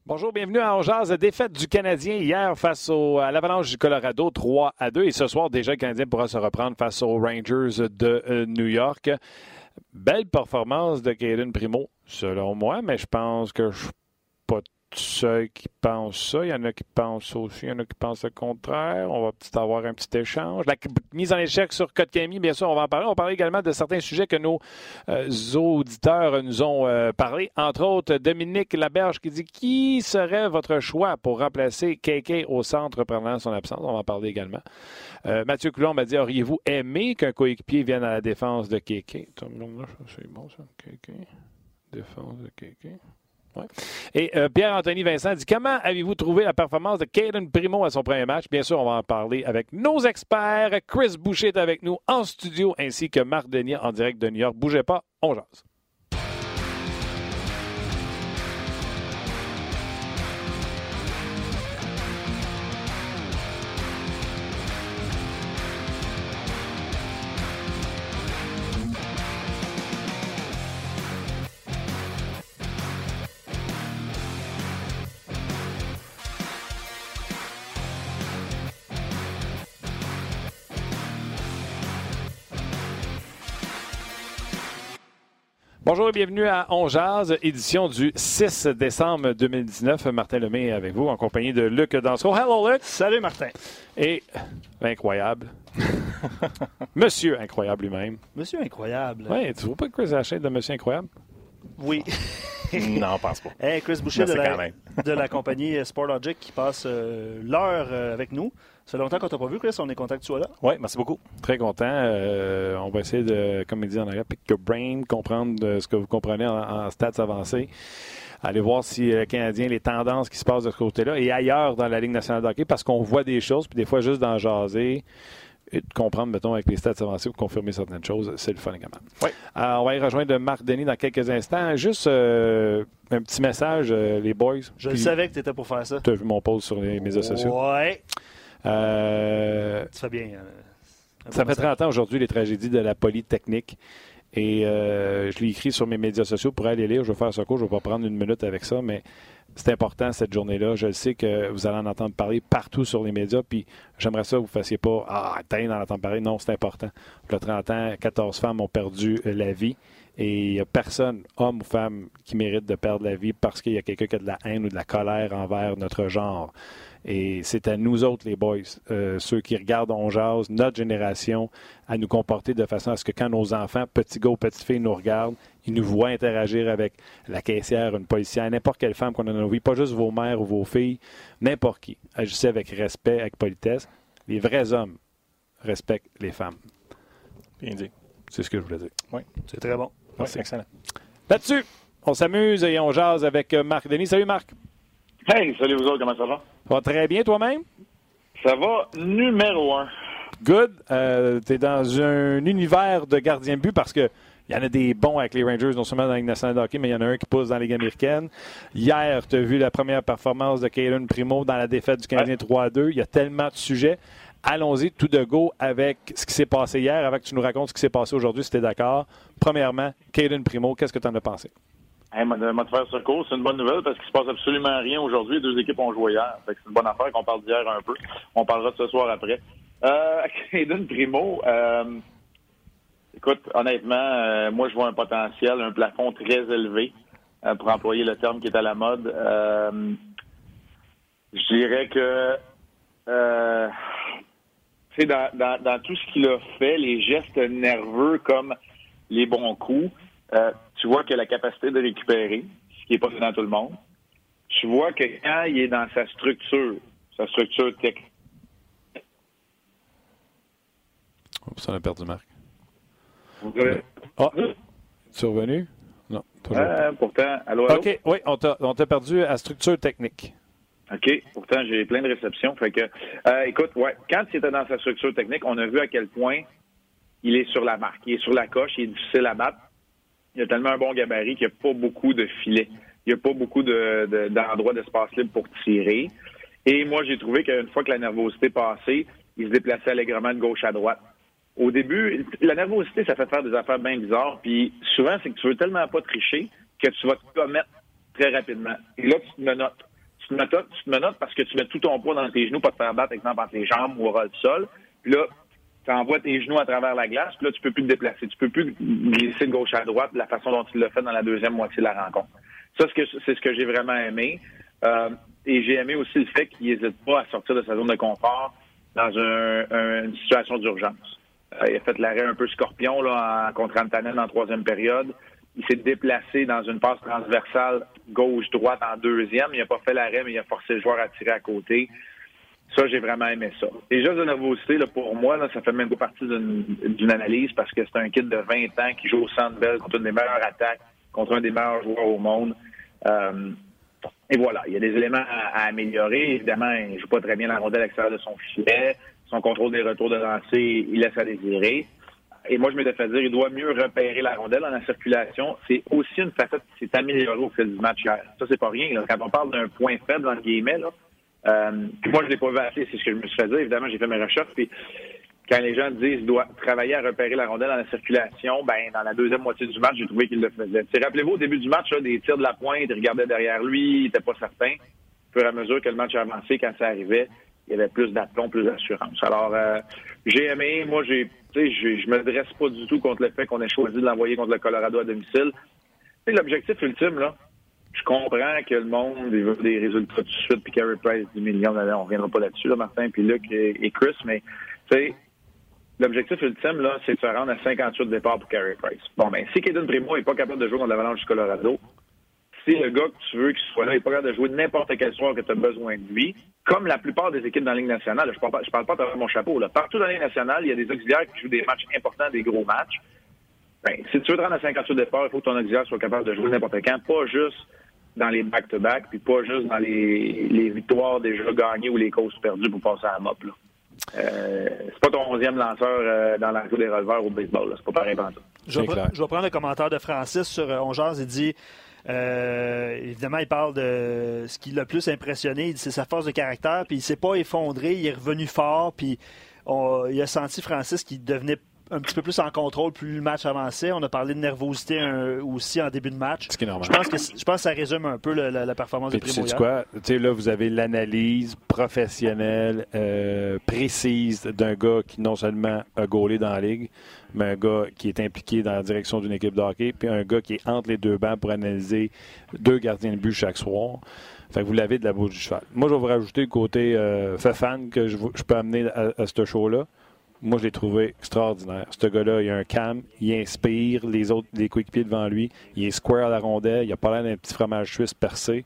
Bonjour, bienvenue à On Jase. Défaite du Canadien hier face à l'Avalanche du Colorado, 3-2. Et ce soir, déjà, le Canadien pourra se reprendre face aux Rangers de New York. Belle performance de Cayden Primo, selon moi, mais je pense que je suis pas tout seul qui pense ça. Il y en a qui pensent aussi, il y en a qui pensent le contraire. On va peut-être avoir un petit échange. La mise en échec sur Kotkaniemi, bien sûr, on va en parler. On va parler également de certains sujets que nos auditeurs nous ont parlé. Entre autres, Dominique Laberge qui dit « Qui serait votre choix pour remplacer KK au centre pendant son absence? » On va en parler également. Mathieu Coulomb m'a dit « Auriez-vous aimé qu'un coéquipier vienne à la défense de KK? » C'est bon ça, KK. Défense de KK. Ouais. Et Pierre-Anthony Vincent dit « Comment avez-vous trouvé la performance de Cayden Primo à son premier match? » Bien sûr, on va en parler avec nos experts. Chris Boucher est avec nous en studio, ainsi que Marc Denis en direct de New York. Bougez pas, on jase. Bonjour et bienvenue à On Jase, édition du 6 décembre 2019. Martin Lemay est avec vous en compagnie de Luc Dansereau. Hello Luc! Salut Martin! Et l'incroyable, Monsieur Incroyable lui-même. Monsieur Incroyable. Oui, tu vois pas Chris la chaîne de Monsieur Incroyable? Oui. Non, je pense pas. Hey, Chris Boucher de la compagnie SportLogic qui passe l'heure avec nous. Ça fait longtemps qu'on t'a pas vu, Chris. On est content que tu sois là. Oui, merci beaucoup. Très content. On va essayer de, comme il dit en anglais, pick your brain, comprendre ce que vous comprenez en stats avancés. Aller voir si le Canadien, les tendances qui se passent de ce côté-là et ailleurs dans la Ligue nationale de hockey, parce qu'on voit des choses, puis des fois juste d'en jaser et de comprendre, mettons, avec les stats avancés pour confirmer certaines choses, c'est le fun également. Oui. On va y rejoindre Marc Denis dans quelques instants. Juste un petit message, les boys. Je savais que tu étais pour faire ça. Tu as vu mon post sur les médias sociaux. Ouais. Tu fais bien. Ça fait 30 ans aujourd'hui, les tragédies de la Polytechnique. Et je l'ai écrit sur mes médias sociaux pour aller lire. Je vais faire ce cours, je ne vais pas prendre une minute avec ça, mais c'est important cette journée-là. Je sais que vous allez en entendre parler partout sur les médias, puis j'aimerais ça que vous ne fassiez pas « Ah, t'as d'en entendre parler ». Non, c'est important. Il y a 30 ans, 14 femmes ont perdu la vie. Et il n'y a personne, homme ou femme, qui mérite de perdre la vie parce qu'il y a quelqu'un qui a de la haine ou de la colère envers notre genre. Et c'est à nous autres, les boys, ceux qui regardent On Jase, notre génération, à nous comporter de façon à ce que quand nos enfants, petits gars ou petites filles, nous regardent, ils nous voient interagir avec la caissière, une policière, n'importe quelle femme qu'on a dans nos vies, pas juste vos mères ou vos filles, n'importe qui. Agissez avec respect, avec politesse. Les vrais hommes respectent les femmes. Bien dit. C'est ce que je voulais dire. Oui, c'est très bon. Merci. Excellent. Là-dessus, on s'amuse et on jase avec Marc Denis. Salut Marc. Hey, salut vous autres, comment ça va? Ça va très bien toi-même? Ça va numéro 1. Good. Tu es dans un univers de gardien de but parce que il y en a des bons avec les Rangers, non seulement dans la Ligue nationale de hockey, mais il y en a un qui pousse dans la Ligue américaine. Hier, tu as vu la première performance de Cayden Primo dans la défaite du Canadien 3-2. Il y a tellement de sujets. Allons-y tout de go avec ce qui s'est passé hier, avant que tu nous racontes ce qui s'est passé aujourd'hui, si tu es d'accord. Premièrement, Cayden Primo, qu'est-ce que tu en as pensé? Hey, moi, de te faire ce cours, c'est une bonne nouvelle parce qu'il se passe absolument rien aujourd'hui. Les deux équipes ont joué hier. Fait que c'est une bonne affaire qu'on parle d'hier un peu. On parlera de ce soir après. Cayden Primo, écoute, honnêtement, moi, je vois un potentiel, un plafond très élevé, pour employer le terme qui est à la mode. Je dirais que dans tout ce qu'il a fait, les gestes nerveux comme les bons coups, tu vois qu'il a la capacité de récupérer, ce qui n'est pas dans tout le monde. Tu vois que quand il est dans sa structure technique. Oups, on a perdu Marc. Ah, tu es revenu? Non, toujours. Pourtant, allô? OK, oui, on t'a perdu à structure technique. OK, pourtant, j'ai plein de réceptions. Fait que, écoute, ouais, quand il était dans sa structure technique, on a vu à quel point il est sur la marque. Il est sur la coche, il est difficile à battre. Il a tellement un bon gabarit qu'il n'y a pas beaucoup de filets. Il n'y a pas beaucoup d'endroits d'espace libre pour tirer. Et moi, j'ai trouvé qu'une fois que la nervosité passait, il se déplaçait allègrement de gauche à droite. Au début, la nervosité, ça fait faire des affaires bien bizarres. Puis souvent, c'est que tu veux tellement pas tricher que tu vas te commettre très rapidement. Et là, tu te menottes. tu te menottes parce que tu mets tout ton poids dans tes genoux, pas te faire battre, exemple, entre les jambes ou au ras du sol. Puis là, tu envoies tes genoux à travers la glace, puis là, tu peux plus te déplacer. Tu peux plus glisser de gauche à droite de la façon dont tu l'as fait dans la deuxième moitié de la rencontre. Ça, c'est ce que j'ai vraiment aimé. Et j'ai aimé aussi le fait qu'il n'hésite pas à sortir de sa zone de confort dans une situation d'urgence. Il a fait l'arrêt un peu scorpion là, contre Rantanen en troisième période. Il s'est déplacé dans une passe transversale gauche-droite en deuxième. Il n'a pas fait l'arrêt, mais il a forcé le joueur à tirer à côté. Ça, j'ai vraiment aimé ça. Et juste de novosité, là, pour moi, là, ça fait même pas partie d'une analyse parce que c'est un kid de 20 ans qui joue au Centre Bell contre une des meilleures attaques, contre un des meilleurs joueurs au monde. Et voilà, il y a des éléments à améliorer. Évidemment, il ne joue pas très bien la rondelle à l'extérieur de son filet. Son contrôle des retours de lancer, il laisse à désirer. Et moi, je m'étais fait dire, il doit mieux repérer la rondelle dans la circulation. C'est aussi une facette qui s'est améliorée au fil du match hier. Ça, c'est pas rien. Là. Quand on parle d'un point faible, dans le guillemets, là, moi, je l'ai pas vu assez. C'est ce que je me suis fait dire. Évidemment, j'ai fait mes recherches. Puis, quand les gens disent qu'il doit travailler à repérer la rondelle dans la circulation, ben dans la deuxième moitié du match, j'ai trouvé qu'il le faisait. Rappelez-vous, au début du match, là, des tirs de la pointe, il regardait derrière lui, il n'était pas certain. Au fur et à mesure que le match avançait, quand ça arrivait, il y avait plus d'aplomb, plus d'assurance. Alors, j'ai aimé. Moi, je me dresse pas du tout contre le fait qu'on ait choisi de l'envoyer contre le Colorado à domicile. C'est l'objectif ultime, là. Je comprends que le monde veut des résultats tout de suite, puis Carey Price, 10 millions, on reviendra pas là-dessus, là, Martin, puis Luc et Chris, mais, tu sais, l'objectif ultime, là, c'est de se rendre à 58 départs pour Carey Price. Bon, ben, si Cayden Primo n'est pas capable de jouer contre l'Avalanche du Colorado, si le gars que tu veux qu'il soit là n'est pas capable de jouer n'importe quel soir que tu as besoin de lui, comme la plupart des équipes dans la Ligue nationale, je parle pas à travers mon chapeau, là. Partout dans la Ligue nationale, il y a des auxiliaires qui jouent des matchs importants, des gros matchs. Ben, si tu veux te rendre à 58 départs, il faut que ton auxiliaire soit capable de jouer n'importe quand, pas juste dans les back-to-back, puis pas juste dans les victoires déjà gagnées ou les causes perdues pour passer à la mop, là. C'est pas ton 11e lanceur dans l'enjeu des releveurs au baseball, là. C'est pas pareil pendant ça. Je vais prendre le commentaire de Francis sur On Jase. Il dit, évidemment, il parle de ce qui l'a le plus impressionné. Il dit c'est sa force de caractère, puis il s'est pas effondré, il est revenu fort, puis il a senti, Francis, qu'il devenait un petit peu plus en contrôle plus le match avançait. On a parlé de nervosité aussi en début de match. Ce qui est normal. Je pense que ça résume un peu la performance de Primo. Tu sais quoi? Tu sais, là, vous avez l'analyse professionnelle, précise d'un gars qui non seulement a gaulé dans la Ligue, mais un gars qui est impliqué dans la direction d'une équipe de hockey, puis un gars qui est entre les deux bancs pour analyser 2 gardiens de but chaque soir. Fait que vous l'avez de la boue du cheval. Moi, je vais vous rajouter le côté fan que je peux amener à ce show-là. Moi, je l'ai trouvé extraordinaire. Ce gars-là, il a un calme, il inspire les coéquipiers devant lui, il est square à la rondelle, il a pas l'air d'un petit fromage suisse percé.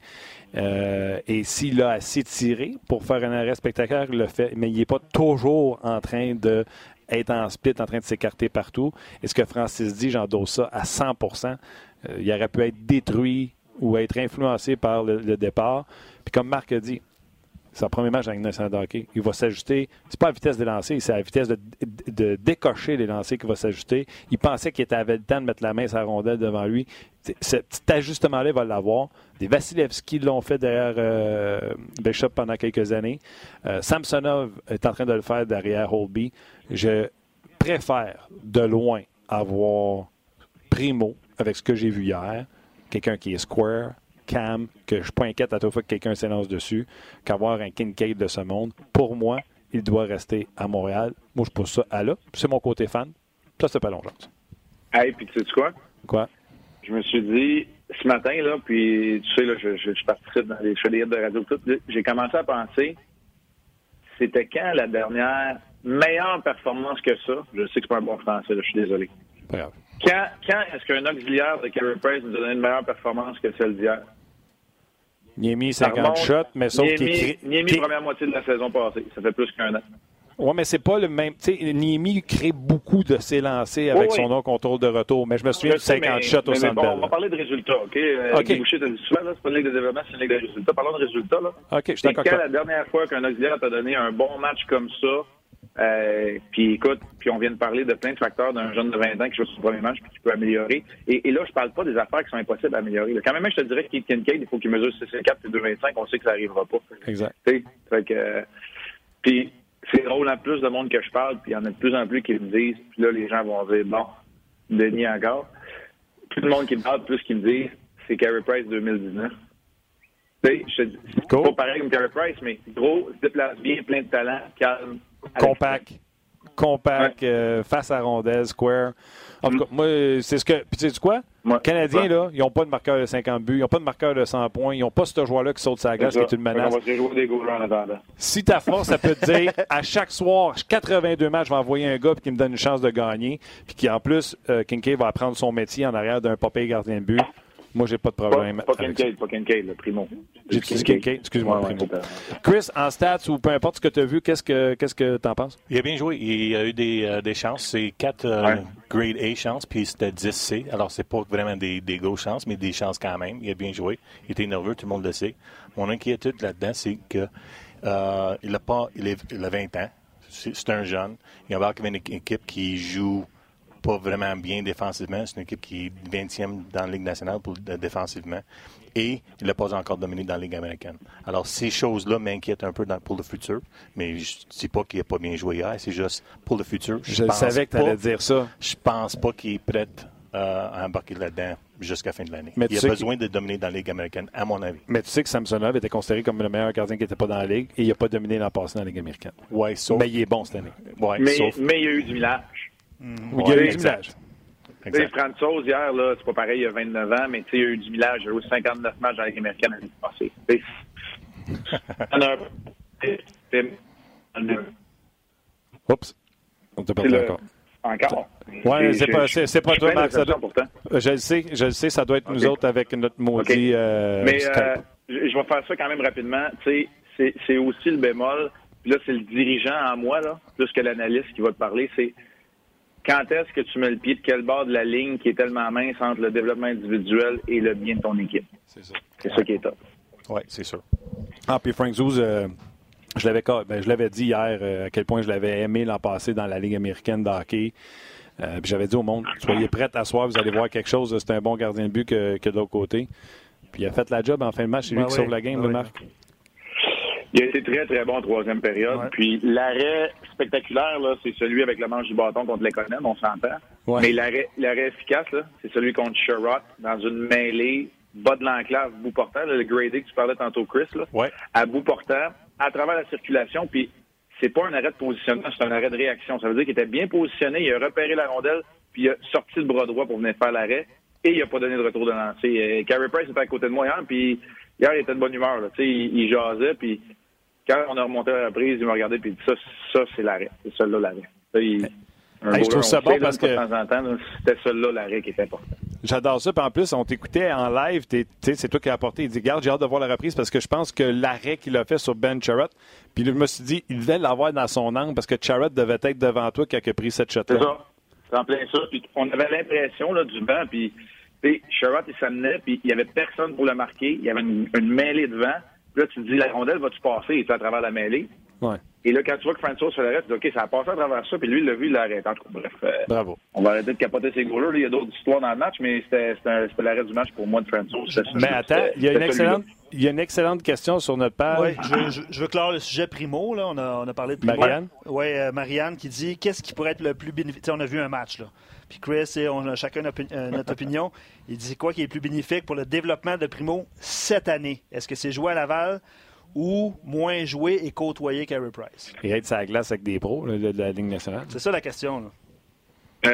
Et s'il a assez tiré pour faire un arrêt spectaculaire, il le fait, mais il n'est pas toujours en train d'être en split, en train de s'écarter partout. Et ce que Francis dit, j'endosse ça à 100%. Il aurait pu être détruit ou être influencé par le départ. Puis comme Marc a dit, c'est son premier match avec National de hockey. Il va s'ajuster. C'est pas à la vitesse des lancers, c'est à la vitesse de décocher les lancers qu'il va s'ajuster. Il pensait qu'il avait le temps de mettre la main sur la rondelle devant lui. Ce petit ajustement-là, il va l'avoir. Des Vasilevski l'ont fait derrière Bishop pendant quelques années. Samsonov est en train de le faire derrière Holtby. Je préfère de loin avoir Primo avec ce que j'ai vu hier. Quelqu'un qui est square, calme, que je ne suis pas inquiète à toute fois que quelqu'un s'élance dessus, qu'avoir un Kincaid de ce monde. Pour moi, il doit rester à Montréal. Moi, je pousse ça à là. C'est mon côté fan. Ça, c'est pas long, Jean. Hey, puis tu sais quoi? Quoi? Je me suis dit, ce matin, là, puis tu sais, là, je participe dans les hits de radio, tout. J'ai commencé à penser, c'était quand la dernière meilleure performance que ça? Je sais que c'est pas un bon français, là, je suis désolé. Pas grave. Quand est-ce qu'un auxiliaire de Carey Price nous a donné une meilleure performance que celle d'hier? Niemi, 50 shots, mais sauf qu'il Niemi, première moitié de la saison passée. Ça fait plus qu'un an. Oui, mais c'est pas le même. Tu sais, Niemi crée beaucoup de ses lancers avec son non-contrôle de retour, mais je me souviens de 50 shots au Centre Bell. On va parler de résultats, OK? Guy Boucher t'a dit souvent, là, c'est pas une ligue de développement, c'est une ligue de résultats. Parlons de résultats, là. OK, je suis d'accord. Quand la dernière fois qu'un auxiliaire t'a donné un bon match comme ça, puis écoute, puis on vient de parler de plein de facteurs d'un jeune de 20 ans qui joue son premier match puis qui peut améliorer. Et là, je parle pas des affaires qui sont impossibles à améliorer. Là. Quand même, je te dirais que Keith Kincaid, il faut qu'il mesure 6,4 et 2,25. On sait que ça n'arrivera pas. Exact. Fait que, puis c'est drôle, en plus de monde que je parle, puis il y en a de plus en plus qui me disent, puis là, les gens vont dire, bon, Denis encore. Plus de monde qui me parle, plus qu'ils me disent, c'est Carey Price 2019. Je te dis, c'est pas pareil comme Carey Price, mais gros, se déplace bien, plein de talent, calme. Compact, face à rondelle, square. En tout cas, moi, c'est ce que... Puis tu sais quoi? Les Canadiens, là, ils n'ont pas de marqueur de 50 buts, ils n'ont pas de marqueur de 100 points, ils n'ont pas ce joueur-là qui saute sur la glace, qui est une menace. On va se jouer des goalers en attendant. Si ta force, ça peut te dire, à chaque soir, 82 matchs, je vais envoyer un gars qui me donne une chance de gagner, puis qui, en plus, Kincaid va apprendre son métier en arrière d'un papier gardien de but. Moi, j'ai pas de problème. Pas Kincaid, le Primo. J'ai dit Kincaid, excuse-moi, Primo. Chris, en stats ou peu importe ce que tu as vu, qu'est-ce que tu en penses? Il a bien joué. Il a eu des chances. C'est 4 grade A chances, puis c'était 10 C. Alors, c'est pas vraiment des grosses chances, mais des chances quand même. Il a bien joué. Il était nerveux, tout le monde le sait. Mon inquiétude là-dedans, c'est que il a 20 ans. C'est un jeune. Il embarque avec une équipe qui joue pas vraiment bien défensivement. C'est une équipe qui est 20e dans la Ligue nationale défensivement. Et il n'a pas encore dominé dans la Ligue américaine. Alors, ces choses-là m'inquiètent un peu pour le futur. Mais je ne dis pas qu'il n'a pas bien joué hier. C'est juste pour le futur. Je savais que tu allais dire ça. Je pense pas qu'il est prêt à embarquer là-dedans jusqu'à la fin de l'année. Il a besoin de dominer dans la Ligue américaine, à mon avis. Mais tu sais que Samsonov était considéré comme le meilleur gardien qui n'était pas dans la Ligue et il n'a pas dominé l'an passé dans la Ligue américaine. Ouais, sauf... Mais il est bon cette année. Ouais, mais il y a eu du millage. Il y a eu du millage. Francouz, hier, là, c'est pas pareil, il y a 29 ans, mais il y a eu du millage. Il y a eu 59 matchs dans la Ligue américaine l'année passée. Oups. On t'a perdu encore. Encore? Oui, c'est pas toi, Marc. Je le sais, ça doit être nous autres avec notre maudit mais je vais faire ça quand même rapidement. C'est aussi le bémol. Puis là, c'est le dirigeant en moi, là, plus que l'analyste qui va te parler. C'est quand est-ce que tu mets le pied de quel bord de la ligne qui est tellement mince entre le développement individuel et le bien de ton équipe. C'est ça. C'est ça qui est top. Oui, c'est sûr. Ah, puis Frank Zouz, je l'avais dit hier à quel point je l'avais aimé l'an passé dans la Ligue américaine de hockey. Puis j'avais dit au monde, soyez prêts à soir, vous allez voir quelque chose. C'est un bon gardien de but que de l'autre côté. Puis il a fait la job en fin de match. C'est lui qui sauve la game, Marc. Il a été très, très bon en troisième période. Ouais. Puis l'arrêt spectaculaire, là, c'est celui avec le manche du bâton contre l'Économie, on s'entend. Ouais. Mais l'arrêt efficace, là, c'est celui contre Sherrod dans une mêlée, bas de l'enclave, bout portant, là, le gradé que tu parlais tantôt, Chris, là, à bout portant, à travers la circulation. Puis c'est pas un arrêt de positionnement, c'est un arrêt de réaction. Ça veut dire qu'il était bien positionné, il a repéré la rondelle, puis il a sorti le bras droit pour venir faire l'arrêt, et il a pas donné de retour de lancer. Carey Price était à côté de moi hier, puis hier, il était de bonne humeur. Là. Il jasait, puis quand on a remonté la reprise, il m'a regardé et il dit ça c'est l'arrêt. C'est celui-là l'arrêt. Je trouve ça bon parce que de temps en temps, c'était celui-là l'arrêt qui était important. J'adore ça. Puis en plus, on t'écoutait en live. C'est toi qui as apporté. Il dit, regarde, j'ai hâte de voir la reprise parce que je pense que l'arrêt qu'il a fait sur Ben Sherratt, puis je me suis dit, il devait l'avoir dans son angle parce que Sherratt devait être devant toi quand il a pris cette shot-là. C'est ça. C'est en plein ça. Puis on avait l'impression là, du banc, puis Sherratt, il s'amenait, puis il n'y avait personne pour le marquer. Il y avait une mêlée devant. Puis là, tu te dis, la rondelle va-tu passer? Il est à travers la mêlée. Ouais. Et là, quand tu vois que Francouz fait l'arrêt, tu dis, OK, ça a passé à travers ça, puis lui, il l'a vu, il l'a arrêté. En tout cas, bref. Bravo. On va arrêter de capoter ces goals-là. Il y a d'autres histoires dans le match, mais c'était l'arrêt du match pour moi de Francouz. Mais attends, il y a une excellente question sur notre page. Oui, je veux clore le sujet Primo. Là. On a parlé de Primo. Marianne? Oui, Marianne qui dit, qu'est-ce qui pourrait être le plus bénéfique? On a vu un match, là. Puis Chris, on a chacun notre opinion. Il dit quoi qui est le plus bénéfique pour le développement de Primo cette année? Est-ce que c'est jouer à Laval ou moins jouer et côtoyer Carey Price? Et être sur la glace avec des pros de la Ligue nationale. C'est ça la question. Là.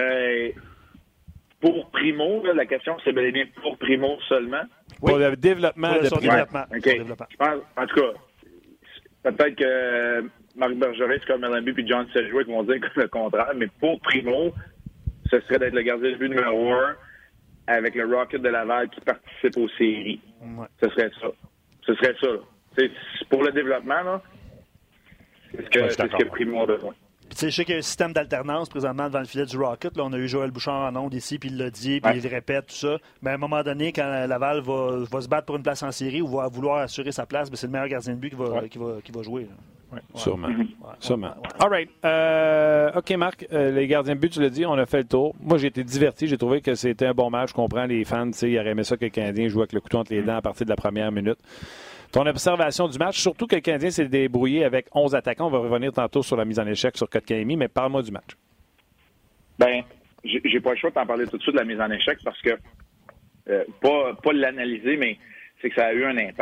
Pour Primo, là, la question c'est bel et bien pour Primo seulement. Oui. Pour le développement de Primo. Okay. Je pense, en tout cas, peut-être que Marc Bergevin, Scott Mellanby et John Sedgwick vont dire le contraire, mais pour Primo, ce serait d'être le gardien de but numéro 1 avec le Rocket de Laval qui participe aux séries. Ouais. Ce serait ça. Ce serait ça. C'est pour le développement, là, c'est ce que Primo a besoin. Puis, je sais qu'il y a un système d'alternance présentement devant le filet du Rocket. Là, on a eu Joël Bouchard en ondes ici, puis il l'a dit, puis il répète tout ça. Mais à un moment donné, quand Laval va se battre pour une place en série ou va vouloir assurer sa place, c'est le meilleur gardien de but qui va jouer. Là. Ouais. Sûrement. Sûrement. All right. OK, Marc, les gardiens de but, tu l'as dit, on a fait le tour. Moi, j'ai été diverti. J'ai trouvé que c'était un bon match. Je comprends les fans. Ils auraient aimé ça que le Canadien joue avec le couteau entre les dents à partir de la première minute. Ton observation du match, surtout que le Canadien s'est débrouillé avec 11 attaquants. On va revenir tantôt sur la mise en échec sur Kotkaniemi, mais parle-moi du match. Bien, j'ai pas le choix de t'en parler tout de suite de la mise en échec parce que, pas l'analyser, mais c'est que ça a eu un impact.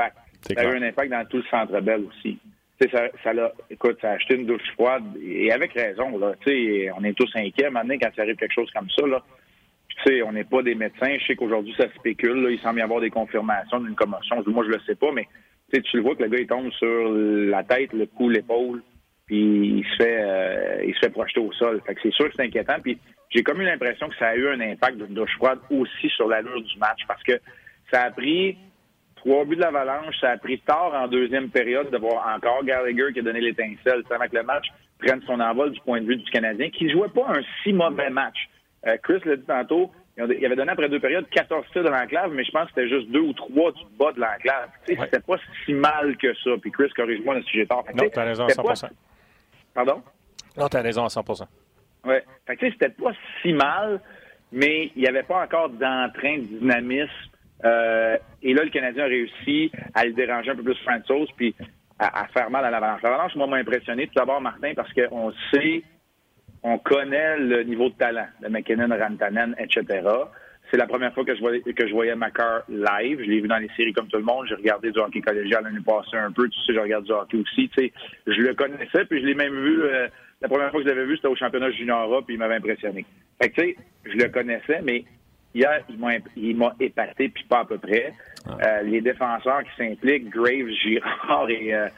Ça a eu un impact dans tout le Centre Bell aussi. Écoute, ça a acheté une douche froide, et avec raison. Là, on est tous inquiets maintenant quand ça arrive quelque chose comme ça. Là. On n'est pas des médecins. Je sais qu'aujourd'hui, ça spécule. Là, il semble y avoir des confirmations d'une commotion. Moi, je le sais pas, mais tu le vois que le gars, il tombe sur la tête, le cou, l'épaule, puis il se fait projeter au sol. Fait que c'est sûr que c'est inquiétant. Puis j'ai comme eu l'impression que ça a eu un impact d'une douche froide aussi sur l'allure du match, parce que ça a pris 3 buts de l'Avalanche, ça a pris tard en deuxième période de voir encore Gallagher qui a donné l'étincelle, avant que le match prenne son envol du point de vue du Canadien, qui ne jouait pas un si mauvais match. Chris l'a dit tantôt, il avait donné après 2 périodes 14 tirs de l'enclave, mais je pense que c'était juste 2 ou 3 du bas de l'enclave. C'était pas si mal que ça. Puis Chris, corrige-moi si j'ai tort. Non, t'as raison à 100%. Pardon? Non, t'as raison à 100%. Oui. Fait que c'était pas si mal, mais il n'y avait pas encore d'entrain, de dynamisme. Et là, le Canadien a réussi à le déranger un peu plus Francouz, puis à faire mal à l'Avalanche. L'Avalanche m'a impressionné, tout d'abord, Martin, parce qu'on sait, on connaît le niveau de talent de McKinnon, Rantanen, etc. C'est la première fois que je voyais Makar live. Je l'ai vu dans les séries comme tout le monde. J'ai regardé du hockey collégial l'année passée un peu. Tu sais, je regarde du hockey aussi. Tu sais, je le connaissais, puis je l'ai même vu. La première fois que je l'avais vu, c'était au championnat junior A, puis il m'avait impressionné. Fait que, tu sais, je le connaissais, mais hier, il m'a épaté, puis pas à peu près. Les défenseurs qui s'impliquent, Graves, Girard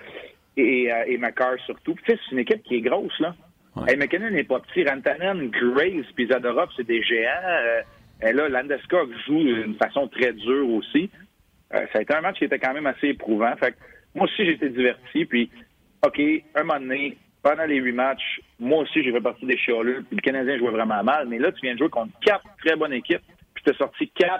et Makar surtout. Tu sais, c'est une équipe qui est grosse, là. Ouais. Hey, McKinnon n'est pas petit. Rantanen, Graves, puis Zadorov, c'est des géants. Et là, Landeskog joue d'une façon très dure aussi. Ça a été un match qui était quand même assez éprouvant. Fait que moi aussi, j'ai été diverti. Puis, OK, un moment donné, pendant les 8 matchs, moi aussi, j'ai fait partie des chialeux. Puis le Canadien jouait vraiment mal. Mais là, tu viens de jouer contre 4 très bonnes équipes. Puis tu as sorti 4,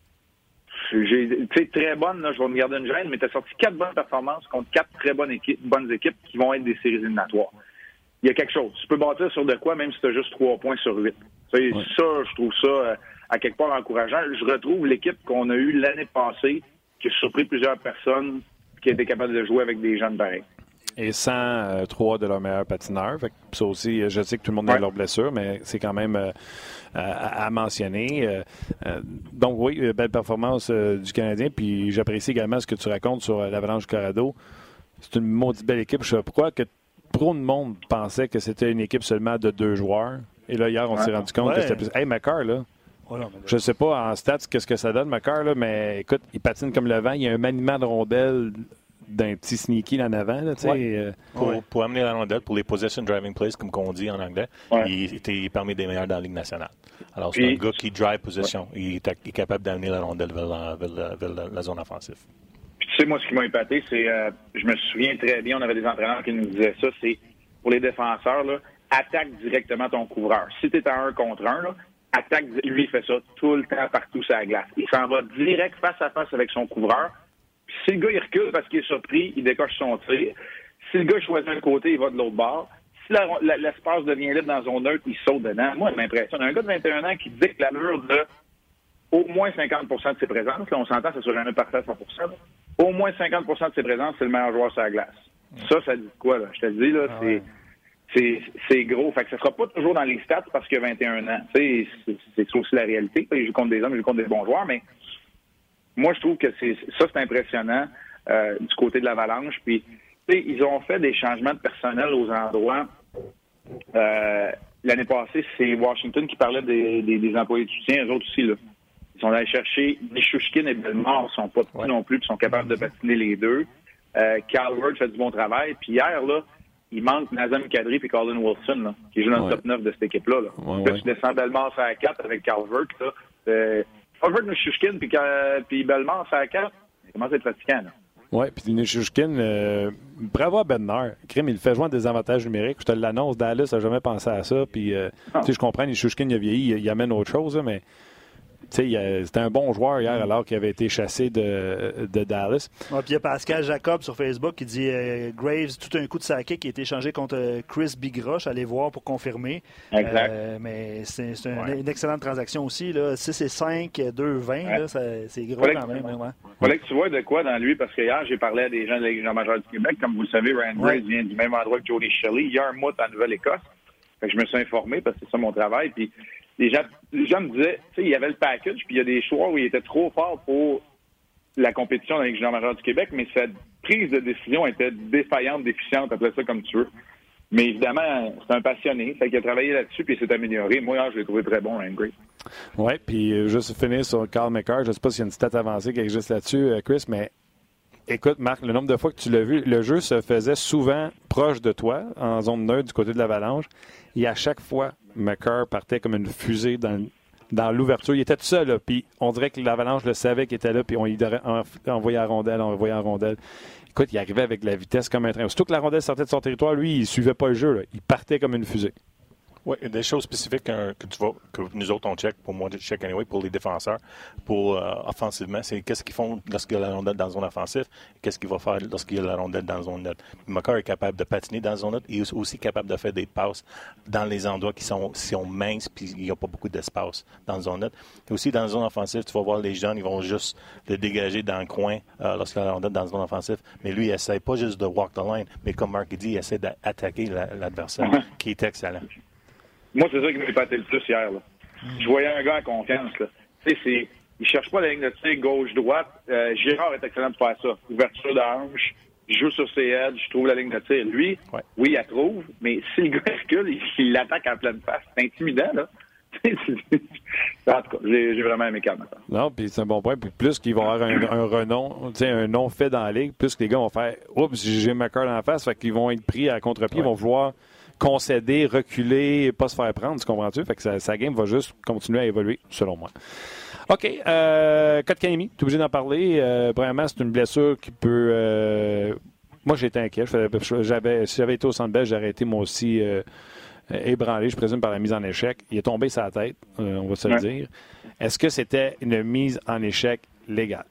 tu sais, très bonnes. Là, je vais me garder une gêne, mais tu as sorti 4 bonnes performances contre 4 très bonnes équipes qui vont être des séries éliminatoires. Il y a quelque chose. Tu peux bâtir sur de quoi, même si tu as juste 3 points sur 8. Ça, je trouve ça à quelque part encourageant. Je retrouve l'équipe qu'on a eue l'année passée, qui a surpris plusieurs personnes, qui a été capable de jouer avec des jeunes pareils. Et sans 3 de leurs meilleurs patineurs. Fait que ça aussi, je sais que tout le monde a leurs blessures, mais c'est quand même à mentionner. Donc oui, belle performance du Canadien. Puis j'apprécie également ce que tu racontes sur l'Avalanche du Colorado. C'est une maudite belle équipe. Je sais pas pourquoi que trop de monde pensait que c'était une équipe seulement de 2 joueurs. Et là, hier, on s'est rendu compte que c'était plus... Hey, Makar, là, je ne sais pas en stats qu'est-ce que ça donne, Makar, là, mais écoute, il patine comme le vent. Il y a un maniement de rondelle d'un petit sneaky en avant. Là, pour amener la rondelle, pour les possession driving plays, comme on dit en anglais, il était parmi les meilleurs dans la Ligue nationale. Alors, c'est un gars qui drive possession. Il est capable d'amener la rondelle vers la zone offensive. Tu sais, moi, ce qui m'a épaté, c'est, je me souviens très bien, on avait des entraîneurs qui nous disaient ça, c'est, pour les défenseurs, là, attaque directement ton couvreur. Si tu es à 1 contre 1, là, lui, il fait ça tout le temps, partout sur la glace. Il s'en va direct face à face avec son couvreur. Puis si le gars, il recule parce qu'il est surpris, il décoche son tir. Si le gars choisit un côté, il va de l'autre bord. Si l'espace devient libre dans la zone neutre, il saute dedans. Moi, ça m'impressionne. Un gars de 21 ans qui dicte l'allure de au moins 50 de ses présences. Là, on s'entend, c'est sur jamais parfait à 100 là. Au moins 50 de ses présences, c'est le meilleur joueur sur la glace. Ça dit quoi, là? Je te le dis, là, c'est gros. Fait que ça sera pas toujours dans les stats parce qu'il a 21 ans. C'est aussi la réalité. Il joue contre des hommes, il joue contre des bons joueurs, mais moi, je trouve que c'est impressionnant du côté de l'Avalanche. Puis, ils ont fait des changements de personnel aux endroits. L'année passée, c'est Washington qui parlait des employés de soutien, eux autres aussi, là. Ils sont allés chercher Nichushkin et Bellemare, ils sont pas petits non plus, puis sont capables de patiner les deux. Calvert fait du bon travail. Puis hier, là, il manque Nazem Kadri et Colin Wilson, là, qui joue dans le top 9 de cette équipe-là. Là. Tu descends Bellemare à 4 avec Calvert. Calvert, Nichushkin puis Bellemare à 4, il commence à être fatigant. Oui, puis Nichushkin, bravo à Bednar. Crime, il fait jouer des avantages numériques. Je te l'annonce, Dallas n'a jamais pensé à ça. Puis, je comprends, Nichushkin, il a vieilli, il amène autre chose, là, mais c'était un bon joueur hier alors qu'il avait été chassé de Dallas. Puis il y a Pascal Jacob sur Facebook qui dit Graves, tout un coup de saké qui a été échangé contre Chris Bigroche. Allez voir pour confirmer. Exact. Mais c'est une excellente transaction aussi. Là. 6 et 5, 2-20, c'est gros quand même. Il fallait que tu vois de quoi dans lui, parce que hier, j'ai parlé à des gens de la Ligue majeure du Québec. Comme vous le savez, Ryan Graves vient du même endroit que Jody Shelley. Il y a un mois en Nouvelle-Écosse. Fait que je me suis informé parce que c'est ça mon travail. Puis les gens me disaient, tu sais, il y avait le package, puis il y a des choix où il était trop fort pour la compétition dans la Ligue junior majeure du Québec, mais sa prise de décision était défaillante, déficiente, appelle ça comme tu veux. Mais évidemment, c'est un passionné. Fait qu'il a travaillé là-dessus puis il s'est amélioré. Moi, je l'ai trouvé très bon, Ryan Gray. Oui, puis juste finir sur Carl McCarr. Je ne sais pas s'il y a une stat avancée qui existe là-dessus, Chris, mais écoute, Marc, le nombre de fois que tu l'as vu, le jeu se faisait souvent proche de toi, en zone neutre du côté de l'Avalanche. Et à chaque fois, McCarr partait comme une fusée dans l'ouverture. Il était tout seul, là, puis on dirait que l'Avalanche le savait qu'il était là, puis on y envoyait à rondelle. Écoute, il arrivait avec de la vitesse comme un train. Surtout que la rondelle sortait de son territoire, lui, il ne suivait pas le jeu. Là. Il partait comme une fusée. Oui, des choses spécifiques que nous autres, on check, pour moi, je check anyway, pour les défenseurs, pour offensivement, c'est qu'est-ce qu'ils font lorsqu'il y a la rondelle dans la zone offensive, qu'est-ce qu'il va faire lorsqu'il y a la rondelle dans la zone neutre. McCarr est capable de patiner dans la zone neutre, il est aussi capable de faire des passes dans les endroits qui sont minces, puis il n'y a pas beaucoup d'espace dans la zone neutre. Et aussi, dans la zone offensive, tu vas voir les jeunes, ils vont juste le dégager dans le coin lorsqu'il y a la rondelle dans la zone offensive, mais lui, il essaie pas juste de walk the line, mais comme Marc dit, il essaie d'attaquer l'adversaire, qui est excellent. Moi, c'est ça qui m'a épaté le plus hier. Là. Je voyais un gars en confiance. Là. Tu sais, il cherche pas la ligne de tir gauche-droite. Girard est excellent pour faire ça. Ouverture de hanche, il joue sur ses edges, je trouve la ligne de tir. Lui, oui, il la trouve, mais si le gars recule, il l'attaque en pleine face. C'est intimidant, là. En tout cas, j'ai vraiment aimé Carl McCarr. Non, puis c'est un bon point. Puis plus qu'il va avoir un renom, un nom fait dans la ligue, plus que les gars vont faire « Oups, j'ai McCarr dans la face », fait qu'ils vont être pris à contre-pied, ils vont vouloir concéder, reculer, pas se faire prendre, tu comprends-tu? Fait que sa game va juste continuer à évoluer, selon moi. OK. Kotkaniemi, tu es obligé d'en parler. Premièrement, c'est une blessure qui peut... moi, j'étais inquiet. Si j'avais été au Centre Bell, j'aurais été moi aussi ébranlé, je présume, par la mise en échec. Il est tombé sur la tête, on va se le dire. Est-ce que c'était une mise en échec légale?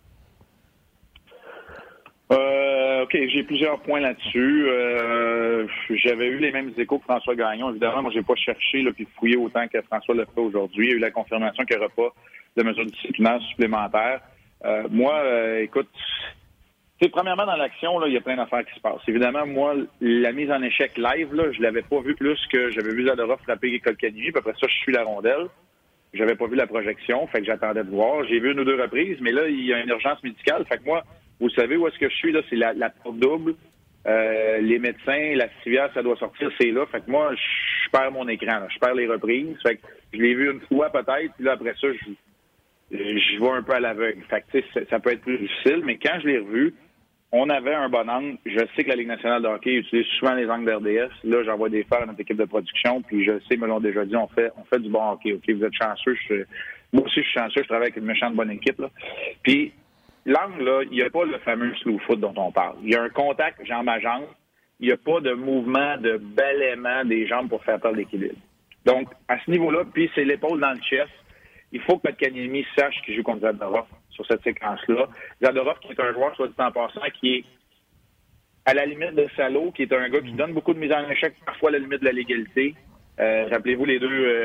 OK, j'ai plusieurs points là-dessus. J'avais eu les mêmes échos que François Gagnon. Évidemment, moi, j'ai pas cherché puis fouillé autant que François le fait aujourd'hui. Il y a eu la confirmation qu'il n'y aura pas de mesures disciplinaires supplémentaires. Écoute, premièrement, dans l'action, là, il y a plein d'affaires qui se passent. Évidemment, moi, la mise en échec live, là, je l'avais pas vu plus que j'avais vu Zadorov frapper Kotkaniemi. Puis après ça, je suis la rondelle. J'avais pas vu la projection, fait que j'attendais de voir. J'ai vu une ou deux reprises, mais là, il y a une urgence médicale. Fait que moi, vous savez où est-ce que je suis, là? C'est la porte double. Les médecins, la civière, ça doit sortir, c'est là. Fait que moi, je perds mon écran, là. Je perds les reprises. Fait que je l'ai vu une fois peut-être, puis là, après ça, je vois un peu à l'aveugle. Fait que, tu sais, ça peut être plus difficile, mais quand je l'ai revu, on avait un bon angle. Je sais que la Ligue nationale de hockey utilise souvent les angles d'RDS. Là, j'envoie des phares à notre équipe de production, puis je sais, ils me l'ont déjà dit, on fait du bon hockey. OK, vous êtes chanceux. Moi aussi, je suis chanceux. Je travaille avec une méchante bonne équipe, là. Puis, l'angle, là, il n'y a pas le fameux slow foot dont on parle. Il y a un contact jambe à jambe. Il n'y a pas de mouvement, de bêlement des jambes pour faire perdre l'équilibre. Donc, à ce niveau-là, puis c'est l'épaule dans le chest. Il faut que Kotkaniemi sache qu'il joue contre Zadorov sur cette séquence-là. Zadorov, qui est un joueur, soit dit en passant, qui est à la limite de salaud, qui est un gars qui donne beaucoup de mise en échec, parfois à la limite de la légalité. Rappelez-vous les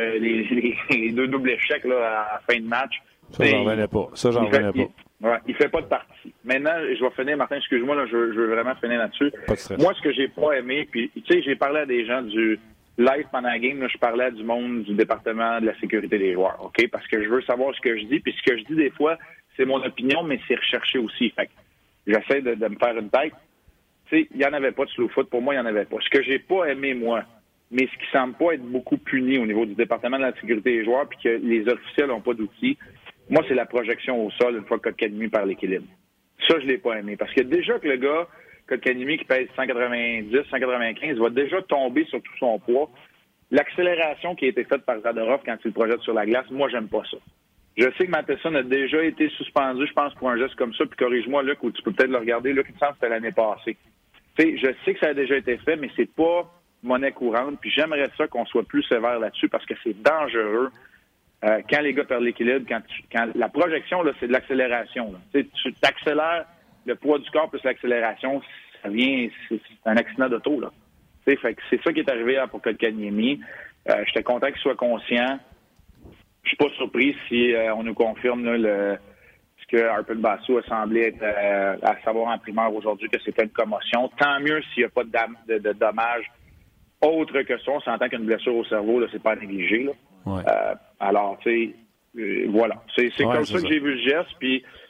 deux doubles échecs là, à la fin de match. Ça, j'en revenais pas. Il fait pas de partie. Maintenant, je vais finir, Martin, excuse-moi, là, je veux vraiment finir là-dessus. Pas de stress. Moi, ce que j'ai pas aimé, puis tu sais, j'ai parlé à des gens du live pendant la game, là, je parlais du monde du département de la sécurité des joueurs, OK? Parce que je veux savoir ce que je dis, puis ce que je dis des fois, c'est mon opinion, mais c'est recherché aussi. Fait que j'essaie de me faire une tête. Tu sais, il n'y en avait pas de slow foot. Pour moi, il n'y en avait pas. Ce que j'ai pas aimé, moi, mais ce qui semble pas être beaucoup puni au niveau du département de la sécurité des joueurs, puis que les officiels n'ont pas d'outils, moi, c'est la projection au sol une fois que Kotkaniemi perd l'équilibre. Ça, je l'ai pas aimé. Parce que déjà que le gars, Kotkaniemi, qui pèse 190, 195, va déjà tomber sur tout son poids. L'accélération qui a été faite par Zadorov quand il le projette sur la glace, moi, j'aime pas ça. Je sais que Matheson a déjà été suspendu, je pense, pour un geste comme ça, puis corrige-moi, Luc, ou tu peux peut-être le regarder. Luc, il me semble que c'était l'année passée. Tu sais, je sais que ça a déjà été fait, mais c'est pas monnaie courante, puis j'aimerais ça qu'on soit plus sévère là-dessus parce que c'est dangereux. Quand les gars perdent l'équilibre, quand la projection, là, c'est de l'accélération. Tu t'accélères le poids du corps plus l'accélération, ça vient, c'est un accident d'auto, là. Fait que c'est ça qui est arrivé pour Kotkaniemi. J'étais content qu'il soit conscient. Je suis pas surpris si on nous confirme là, ce que Arpon Basu a semblé être à savoir en primaire aujourd'hui, que c'était une commotion. Tant mieux s'il n'y a pas de dommages autres que ça. On s'entend qu'une blessure au cerveau, là, c'est pas négligé, là. Ouais. Alors, tu sais, voilà. C'est comme ça que j'ai vu le geste, puis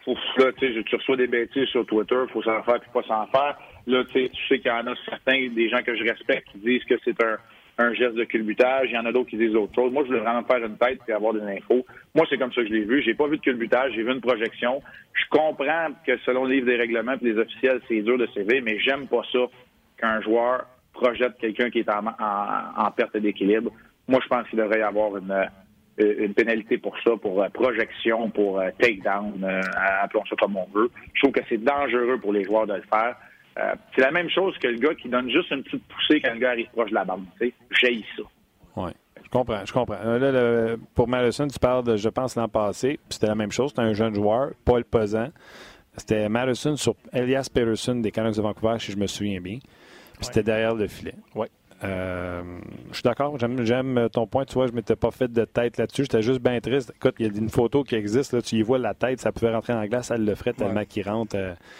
là, tu reçois des bêtises sur Twitter, il faut s'en faire puis pas s'en faire. Là, tu sais qu'il y en a certains, des gens que je respecte, qui disent que c'est un geste de culbutage. Il y en a d'autres qui disent autre chose. Moi, je voulais vraiment faire une tête et avoir des infos. Moi, c'est comme ça que je l'ai vu. J'ai pas vu de culbutage, j'ai vu une projection. Je comprends que selon le livre des règlements et les officiels, c'est dur de sévir, mais j'aime pas ça qu'un joueur projette quelqu'un qui est en perte d'équilibre. Moi, je pense qu'il devrait y avoir une pénalité pour ça, pour projection, pour take-down, appelons ça comme on veut. Je trouve que c'est dangereux pour les joueurs de le faire. C'est la même chose que le gars qui donne juste une petite poussée quand le gars arrive proche de la bande. J'haïs ça. Oui, je comprends. Là, pour Madison, tu parles de, je pense, l'an passé. C'était la même chose. C'était un jeune joueur, Paul Pesan. C'était Madison sur Elias Pettersson des Canucks de Vancouver, si je me souviens bien. Puis c'était derrière le filet. Oui. Je suis d'accord, j'aime ton point. Tu vois, je ne m'étais pas fait de tête là-dessus. J'étais juste bien triste. Écoute, il y a une photo qui existe. Là, tu y vois la tête, ça pouvait rentrer dans la glace, elle le ferait tellement qu'il rentre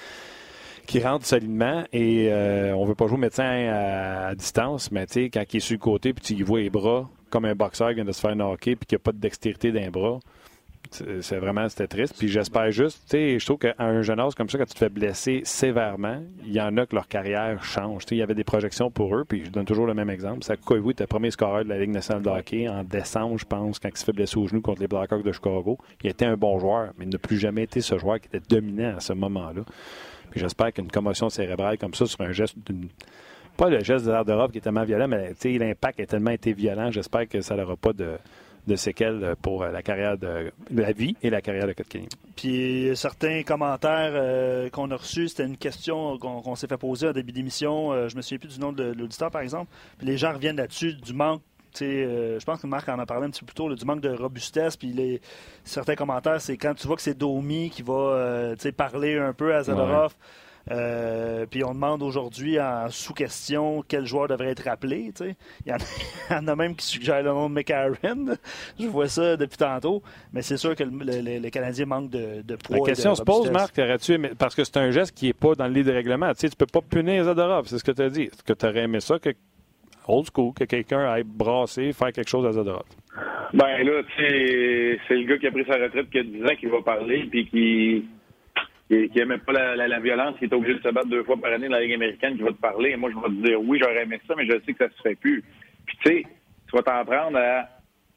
solidement. Et on ne veut pas jouer au médecin à distance, mais tu sais, quand il est sur le côté, puis tu y vois les bras, comme un boxeur qui vient de se faire knocker, puis qu'il n'y a pas de dextérité d'un bras. C'était triste. Puis j'espère juste, tu sais, je trouve qu'à un jeune âge comme ça, quand tu te fais blesser sévèrement, il y en a que leur carrière change. Tu sais, il y avait des projections pour eux, puis je donne toujours le même exemple. Saku Koivu était le premier scoreur de la Ligue nationale de hockey en décembre, je pense, quand il se fait blesser au genou contre les Blackhawks de Chicago. Il était un bon joueur, mais il n'a plus jamais été ce joueur qui était dominant à ce moment-là. Puis j'espère qu'une commotion cérébrale comme ça sur un geste pas le geste de l'air d'Europe qui est tellement violent, mais l'impact a tellement été violent, j'espère que ça n'aura pas de séquelles pour la carrière de la vie et la carrière de Kotkaniemi. Puis certains commentaires qu'on a reçus, c'était une question qu'on s'est fait poser au début d'émission. Je me souviens plus du nom de l'auditeur, par exemple. Puis les gens reviennent là-dessus du manque. Je pense que Marc en a parlé un petit peu plus tôt, du manque de robustesse. Puis certains commentaires, c'est quand tu vois que c'est Domi qui va parler un peu à Zadorov. Ouais. Puis on demande aujourd'hui en sous-question quel joueur devrait être appelé. Il y en a même qui suggèrent le nom de McCarron. Je vois ça depuis tantôt. Mais c'est sûr que le Canadien manque de poids. La question se pose, Marc, parce que c'est un geste qui n'est pas dans le livre de règlement. Tu ne peux pas punir Zadorov, c'est ce que tu as dit. Est-ce que tu aurais aimé ça, que old school, que quelqu'un aille brasser, faire quelque chose à Zadorov? Ben là, c'est le gars qui a pris sa retraite, qui a 10 ans, qui va parler, puis qui n'aimait pas la violence, qui est obligé de se battre 2 fois par année dans la Ligue américaine, qui va te parler. Et moi, je vais te dire, oui, j'aurais aimé ça, mais je sais que ça se fait plus. Puis, tu sais, tu vas t'en prendre à...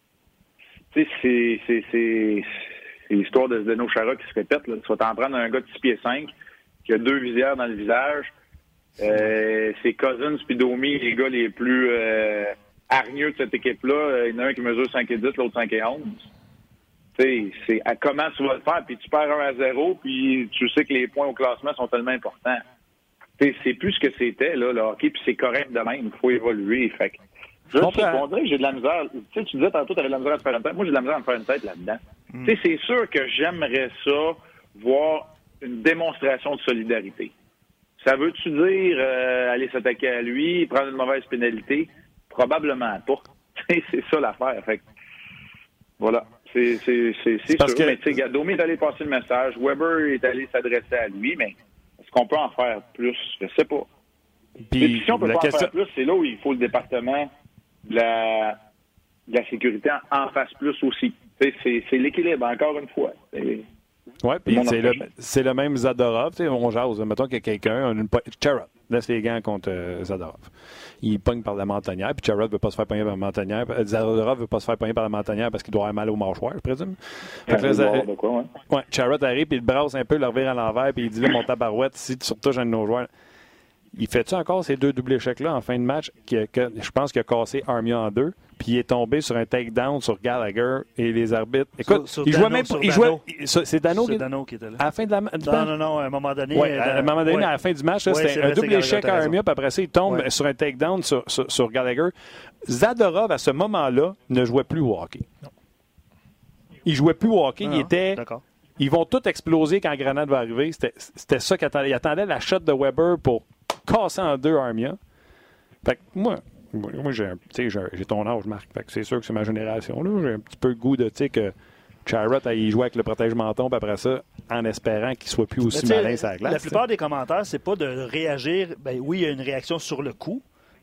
Tu sais, c'est l'histoire de Zdeno Chara qui se répète. Là. Tu vas t'en prendre à un gars de 6 pieds 5 qui a 2 visières dans le visage. C'est Cousins puis Domi, les gars les plus hargneux de cette équipe-là. Il y en a un qui mesure 5 et 10, l'autre 5 et 11. C'est à comment tu vas le faire, puis tu perds 1-0, puis tu sais que les points au classement sont tellement importants. C'est plus ce que c'était, là, le hockey, puis c'est correct de même, il faut évoluer. Fait que, on dirait que j'ai de la misère. Tu disais tantôt, tu avais de la misère à te faire une tête. Moi, j'ai de la misère à me faire une tête là-dedans. C'est sûr que j'aimerais ça, voir une démonstration de solidarité. Ça veut-tu dire aller s'attaquer à lui, prendre une mauvaise pénalité? Probablement pas. C'est ça l'affaire. Fait que, voilà. C'est sûr. Que... Mais tu sais, Domi est allé passer le message. Weber est allé s'adresser à lui, mais est-ce qu'on peut en faire plus? Je sais pas. Puis si on peut pas en faire plus, c'est là où il faut le département de la sécurité en fasse plus aussi. C'est l'équilibre, encore une fois. Oui, puis c'est le même Zadorov. On jase. Mettons qu'il y a quelqu'un, Chara, laisse les gants contre Zadorov. Il pogne par la mentonnière, puis Chara ne veut pas se faire pogner par la mentonnière. Zadorov ne veut pas se faire pogner par la mentonnière parce qu'il doit avoir mal au mâchoire, je présume. Chara arrive, puis il brasse un peu, il le revire à l'envers, puis il dit là, mon tabarouette, si tu surtouches un de nos joueurs. Il fait-tu encore ces 2 doubles échecs-là en fin de match? Je pense qu'il a cassé Armia en 2, puis il est tombé sur un takedown sur Gallagher et les arbitres. Écoute, il jouait même pas. C'est Dano qui était là. À la fin de la Non, à un moment donné. Oui, à un moment donné, à la fin du match, c'était un double échec à Armia, puis après ça, il tombe sur un takedown sur Gallagher. Zadorov, à ce moment-là, ne jouait plus au hockey. Non. Il jouait plus au hockey. Il était. D'accord. Ils vont tous exploser quand Granade va arriver. C'était ça qu'il attendait. Il attendait la shot de Weber pour casser en 2 Armia. Fait que moi j'ai ton âge, Marc. Fait que c'est sûr que c'est ma génération. Là. J'ai un petit peu le goût de que Chariot il jouait avec le protège-menton, puis après ça, en espérant qu'il soit plus aussi malin sur la glace. La plupart des commentaires, c'est pas de réagir. Ben oui, il y a une réaction sur le coup,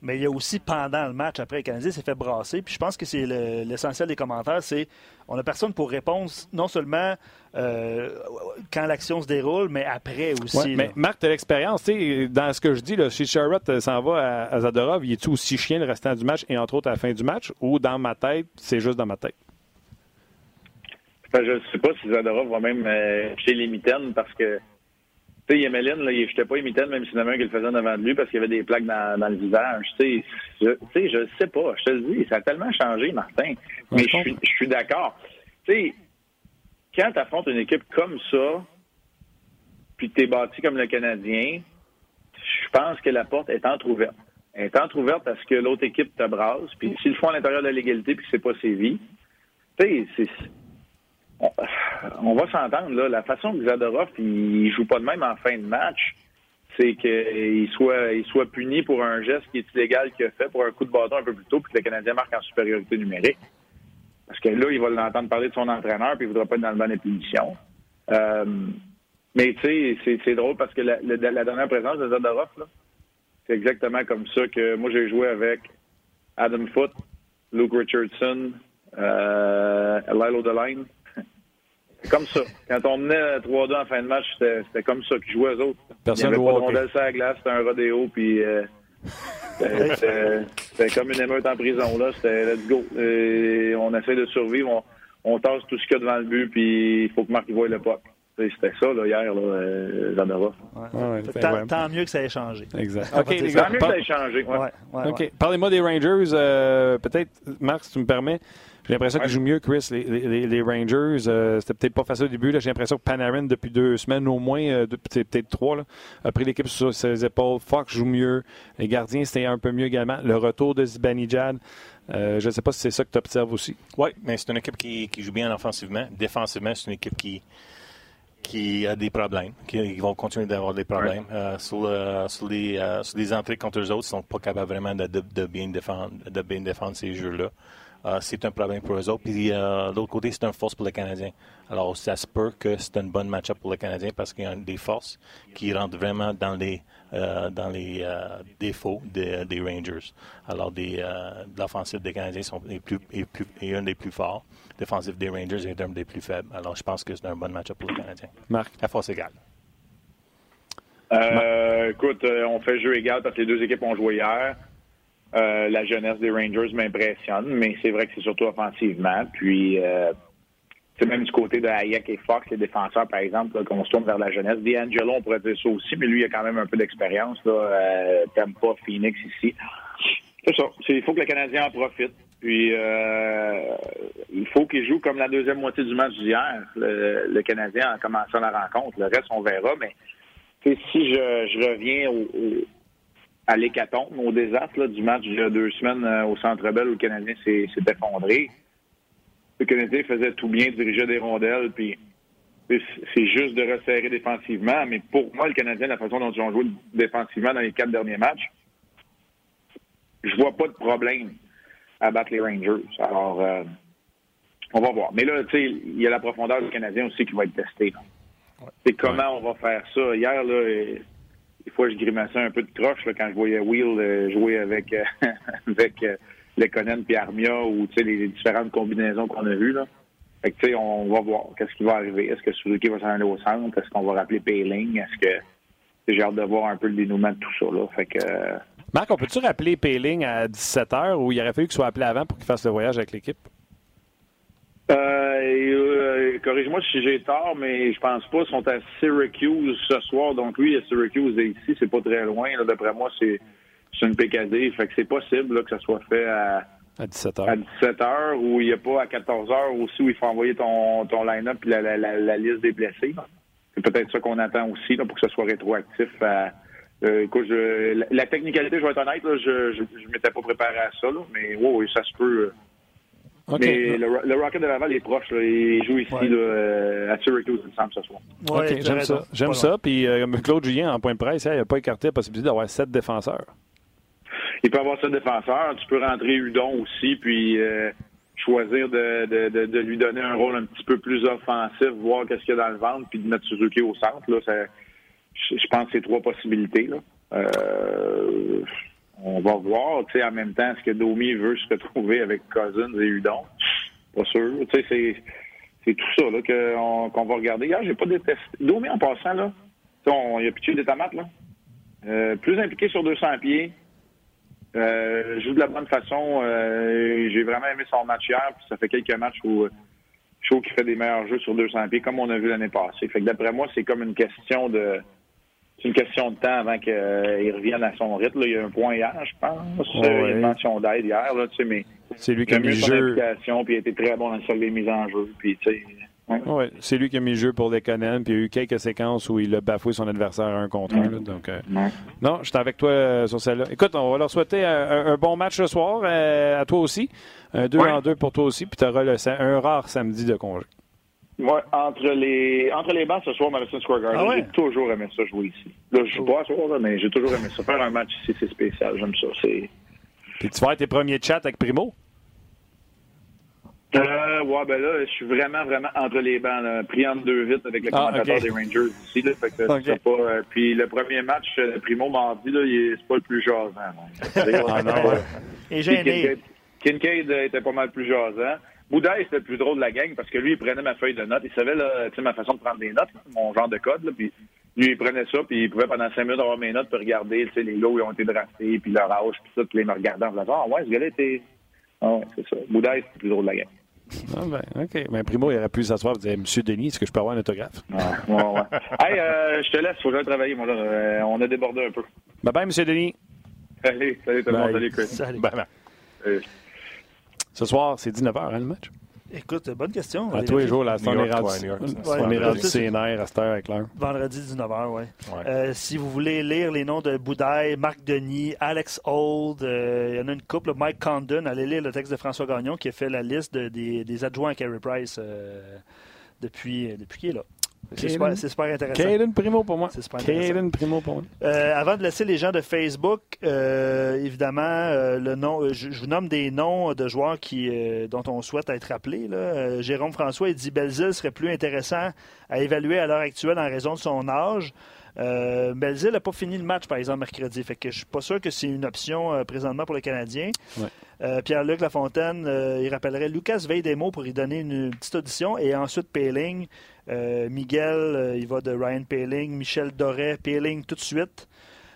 mais il y a aussi pendant le match, après, le Canadien s'est fait brasser. Puis je pense que c'est l'essentiel des commentaires, c'est on n'a personne pour répondre, non seulement quand l'action se déroule, mais après aussi. Ouais, mais Marc, tu as l'expérience. Dans ce que je dis, là, si Sherratt s'en va à Zadorov, il est-tu aussi chien le restant du match et entre autres à la fin du match, ou dans ma tête, c'est juste dans ma tête? Je ne sais pas si Zadorov va même jeter les mitaines parce que tu sais, Yemelin, là, il jetait pas les mitaines, même s'il y en avait un qui le faisait devant de lui parce qu'il y avait des plaques dans le visage. Je sais pas. Je te le dis, ça a tellement changé, Martin. Mais je suis d'accord. Tu sais, quand tu affrontes une équipe comme ça, puis que tu es bâti comme le Canadien, je pense que la porte est entrouverte. Elle est entrouverte parce que l'autre équipe te brasse, puis s'ils le font à l'intérieur de la légalité puis que c'est pas sévi, tu sais, on va s'entendre, là. La façon que Zadorov, il joue pas de même en fin de match, c'est qu'il soit puni pour un geste qui est illégal qu'il a fait, pour un coup de bâton un peu plus tôt, puis que le Canadien marque en supériorité numérique. Parce que là, il va l'entendre parler de son entraîneur, puis il ne voudra pas être dans le banc des punitions. Mais tu sais, c'est drôle parce que la dernière présence de Zadorov, là, c'est exactement comme ça que moi, j'ai joué avec Adam Foote, Luke Richardson, Lyle O'Deline. C'est comme ça. Quand on menait 3-2 en fin de match, c'était comme ça qu'ils jouaient eux autres. Personne il n'y avait pas de hockey. rondelle sur la glace, c'était un rodéo, puis c'était comme une émeute en prison. Là. C'était let's go. On essaie de survivre, on tasse tout ce qu'il y a devant le but, puis il faut que Marc voie le puck. C'était ça, là, hier, Zadorov. Tant mieux que ça ait changé. Exact. Okay, tant mieux que ça ait changé. Ouais. OK. Parlez-moi des Rangers. Peut-être, Marc, si tu me permets. J'ai l'impression qu'ils jouent mieux, Chris, les Rangers. C'était peut-être pas facile au début. Là. J'ai l'impression que Panarin, depuis 2 semaines au moins, peut-être 3, là, a pris l'équipe sur ses épaules. Fox joue mieux. Les gardiens, c'était un peu mieux également. Le retour de Zibanejad. Je ne sais pas si c'est ça que tu observes aussi. Oui, mais c'est une équipe qui joue bien offensivement. Défensivement, c'est une équipe qui a des problèmes, qui vont continuer d'avoir des problèmes. Sur les entrées contre eux autres, ils ne sont pas capables vraiment de bien défendre ces jeux-là. C'est un problème pour eux autres. Puis de l'autre côté, c'est un force pour les Canadiens. Alors, ça se peut que c'est une bonne match-up pour les Canadiens parce qu'il y a des forces qui rentrent vraiment dans les défauts des Rangers. Alors, l'offensive des Canadiens est un des plus forts. L'offensive des Rangers est un des plus faibles. Alors, je pense que c'est un bon match-up pour les Canadiens. Marc? À force égale. Écoute, on fait jeu égal parce que les deux équipes ont joué hier. La jeunesse des Rangers m'impressionne, mais c'est vrai que c'est surtout offensivement. Puis, c'est même du côté de Hayek et Fox, les défenseurs, par exemple, là, qu'on se tourne vers la jeunesse. D'Angelo, on pourrait dire ça aussi, mais lui, il a quand même un peu d'expérience. Tampa, Phoenix ici. C'est ça. Il faut que le Canadien en profite. Puis, il faut qu'il joue comme la deuxième moitié du match d'hier, le Canadien en commençant la rencontre. Le reste, on verra. Mais si je reviens à l'hécatombe, au désastre là, du match il y a 2 semaines au Centre Bell où le Canadien s'est effondré. Le Canadien faisait tout bien, dirigeait des rondelles, puis c'est juste de resserrer défensivement. Mais pour moi, le Canadien, la façon dont ils ont joué défensivement dans les 4 derniers matchs, je vois pas de problème à battre les Rangers. Alors, on va voir. Mais là, tu sais, il y a la profondeur du Canadien aussi qui va être testée. C'est comment on va faire ça. Hier, là, des fois, je grimaçais un peu de croche là, quand je voyais Will jouer avec Lekonen et Armia ou les différentes combinaisons qu'on a vues. Là. Fait que, tu sais, on va voir qu'est-ce qui va arriver. Est-ce que Suzuki va s'en aller au centre? Est-ce qu'on va rappeler Payling? Est-ce que j'ai hâte de voir un peu le dénouement de tout ça. Là. Fait que, Marc, on peut-tu rappeler Payling à 17h ou il aurait fallu qu'il soit appelé avant pour qu'il fasse le voyage avec l'équipe? Corrige-moi si j'ai tort, mais je pense pas. Ils sont à Syracuse ce soir. Donc, lui, Syracuse est ici. C'est pas très loin. Là, d'après moi, c'est une PKD. Fait que c'est possible là, que ça soit fait à 17h ou il n'y a pas à 14h aussi où il faut envoyer ton line-up et la liste des blessés. Là. C'est peut-être ça qu'on attend aussi là, pour que ce soit rétroactif. Écoute, la technicalité, je vais être honnête, là, je m'étais pas préparé à ça, là, mais oui, ça se peut. Okay. Mais le Rocket de Laval est proche. Là, il joue ici là, à Syracuse, il me semble, ce soir. Ouais, OK, j'aime ça. J'aime ça. Puis Claude Julien, en point de presse, il n'a pas écarté la possibilité d'avoir 7 défenseurs. Il peut avoir 7 défenseurs. Tu peux rentrer Hudon aussi, puis choisir de lui donner un rôle un petit peu plus offensif, voir qu'est-ce qu'il y a dans le ventre, puis de mettre Suzuki au centre. Là, je pense que c'est 3 possibilités. Là. On va voir, tu sais, en même temps, est-ce que Domi veut se retrouver avec Cousins et Hudon? Pas sûr. Tu sais, c'est tout ça là, qu'on va regarder. Hier, j'ai pas détesté. Domi, en passant, là, il a pitché des tomates, là. Plus impliqué sur 200 pieds. Joue de la bonne façon. J'ai vraiment aimé son match hier, puis ça fait quelques matchs où je trouve qu'il fait des meilleurs jeux sur 200 pieds, comme on a vu l'année passée. Fait que d'après moi, c'est comme une question de temps avant qu'il revienne à son rythme. Là, il y a un point hier, je pense. Il y a une mention d'aide hier, là, tu sais, mais c'est lui qui a mis le jeu. Puis il a été très bon dans le cercle des mises en jeu. Puis, tu sais, ouais, c'est lui qui a mis le jeu pour Lekonen, puis il y a eu quelques séquences où il a bafoué son adversaire un contre un. Donc, non, je suis avec toi sur celle-là. Écoute, on va leur souhaiter un bon match ce soir, à toi aussi. Un 2-2 pour toi aussi, puis tu auras un rare samedi de congé. Ouais, entre les bancs ce soir, Madison Square Garden, j'ai toujours aimé ça jouer ici. Là, je joue pas ce soir, mais j'ai toujours aimé ça. Faire un match ici, c'est spécial. J'aime ça. Puis tu vas faire tes premiers chats avec Primo? Ouais, ben là, je suis vraiment entre les bancs, là, pris entre deux vite avec le commentateur des Rangers ici. Là, fait que c'est pas, puis le premier match, Primo mardi, là, c'est pas le plus jasant. Et gêné. Kincaid était pas mal plus jasant. Boudaille, c'était le plus drôle de la gang parce que lui, il prenait ma feuille de notes. Il savait là, ma façon de prendre des notes, mon genre de code. Là, puis lui, il prenait ça, puis il pouvait pendant 5 minutes avoir mes notes pour regarder les gars où ils ont été draftés, puis leur âge, puis ça, puis il me regardait en disant « Ah ouais, ce gars-là était... » Ah ouais, c'est ça. Boudaille, c'était le plus drôle de la gang. Ah ben, OK. Mais Primo, il aurait pu s'asseoir et dire « Monsieur Denis, est-ce que je peux avoir un autographe? » Ouais. Hey, je te laisse, il faut que j'aille travailler, moi, là. On a débordé un peu. Bye-bye, Monsieur Denis. Allez, salut tout le monde. Salut, Chris. Salut. Bye. Ce soir, c'est 19h, le match? Écoute, bonne question. À tous les jours, là, on est rendu CNR à cette heure avec l'heure. Vendredi 19h, oui. Si vous voulez lire les noms de Boudaille, Marc Denis, Alex Old, il y en a une couple, Mike Condon, allez lire le texte de François Gagnon qui a fait la liste des adjoints à Carey Price depuis qu'il est là. C'est super intéressant. Caden Primo pour moi. C'est super intéressant. Caden Primo pour moi. Avant de laisser les gens de Facebook, évidemment, le nom, je vous nomme des noms de joueurs dont on souhaite être appelés. Là. Jérôme François, il dit Belzile serait plus intéressant à évaluer à l'heure actuelle en raison de son âge. Belzile n'a pas fini le match, par exemple, mercredi. Fait que je suis pas sûr que c'est une option présentement pour le Canadien. Ouais. Pierre-Luc Lafontaine, il rappellerait Lucas Veil-Démo pour y donner une petite audition. Et ensuite, Poehling. Miguel, il va de Ryan Poehling. Michel Doré, Poehling tout de suite.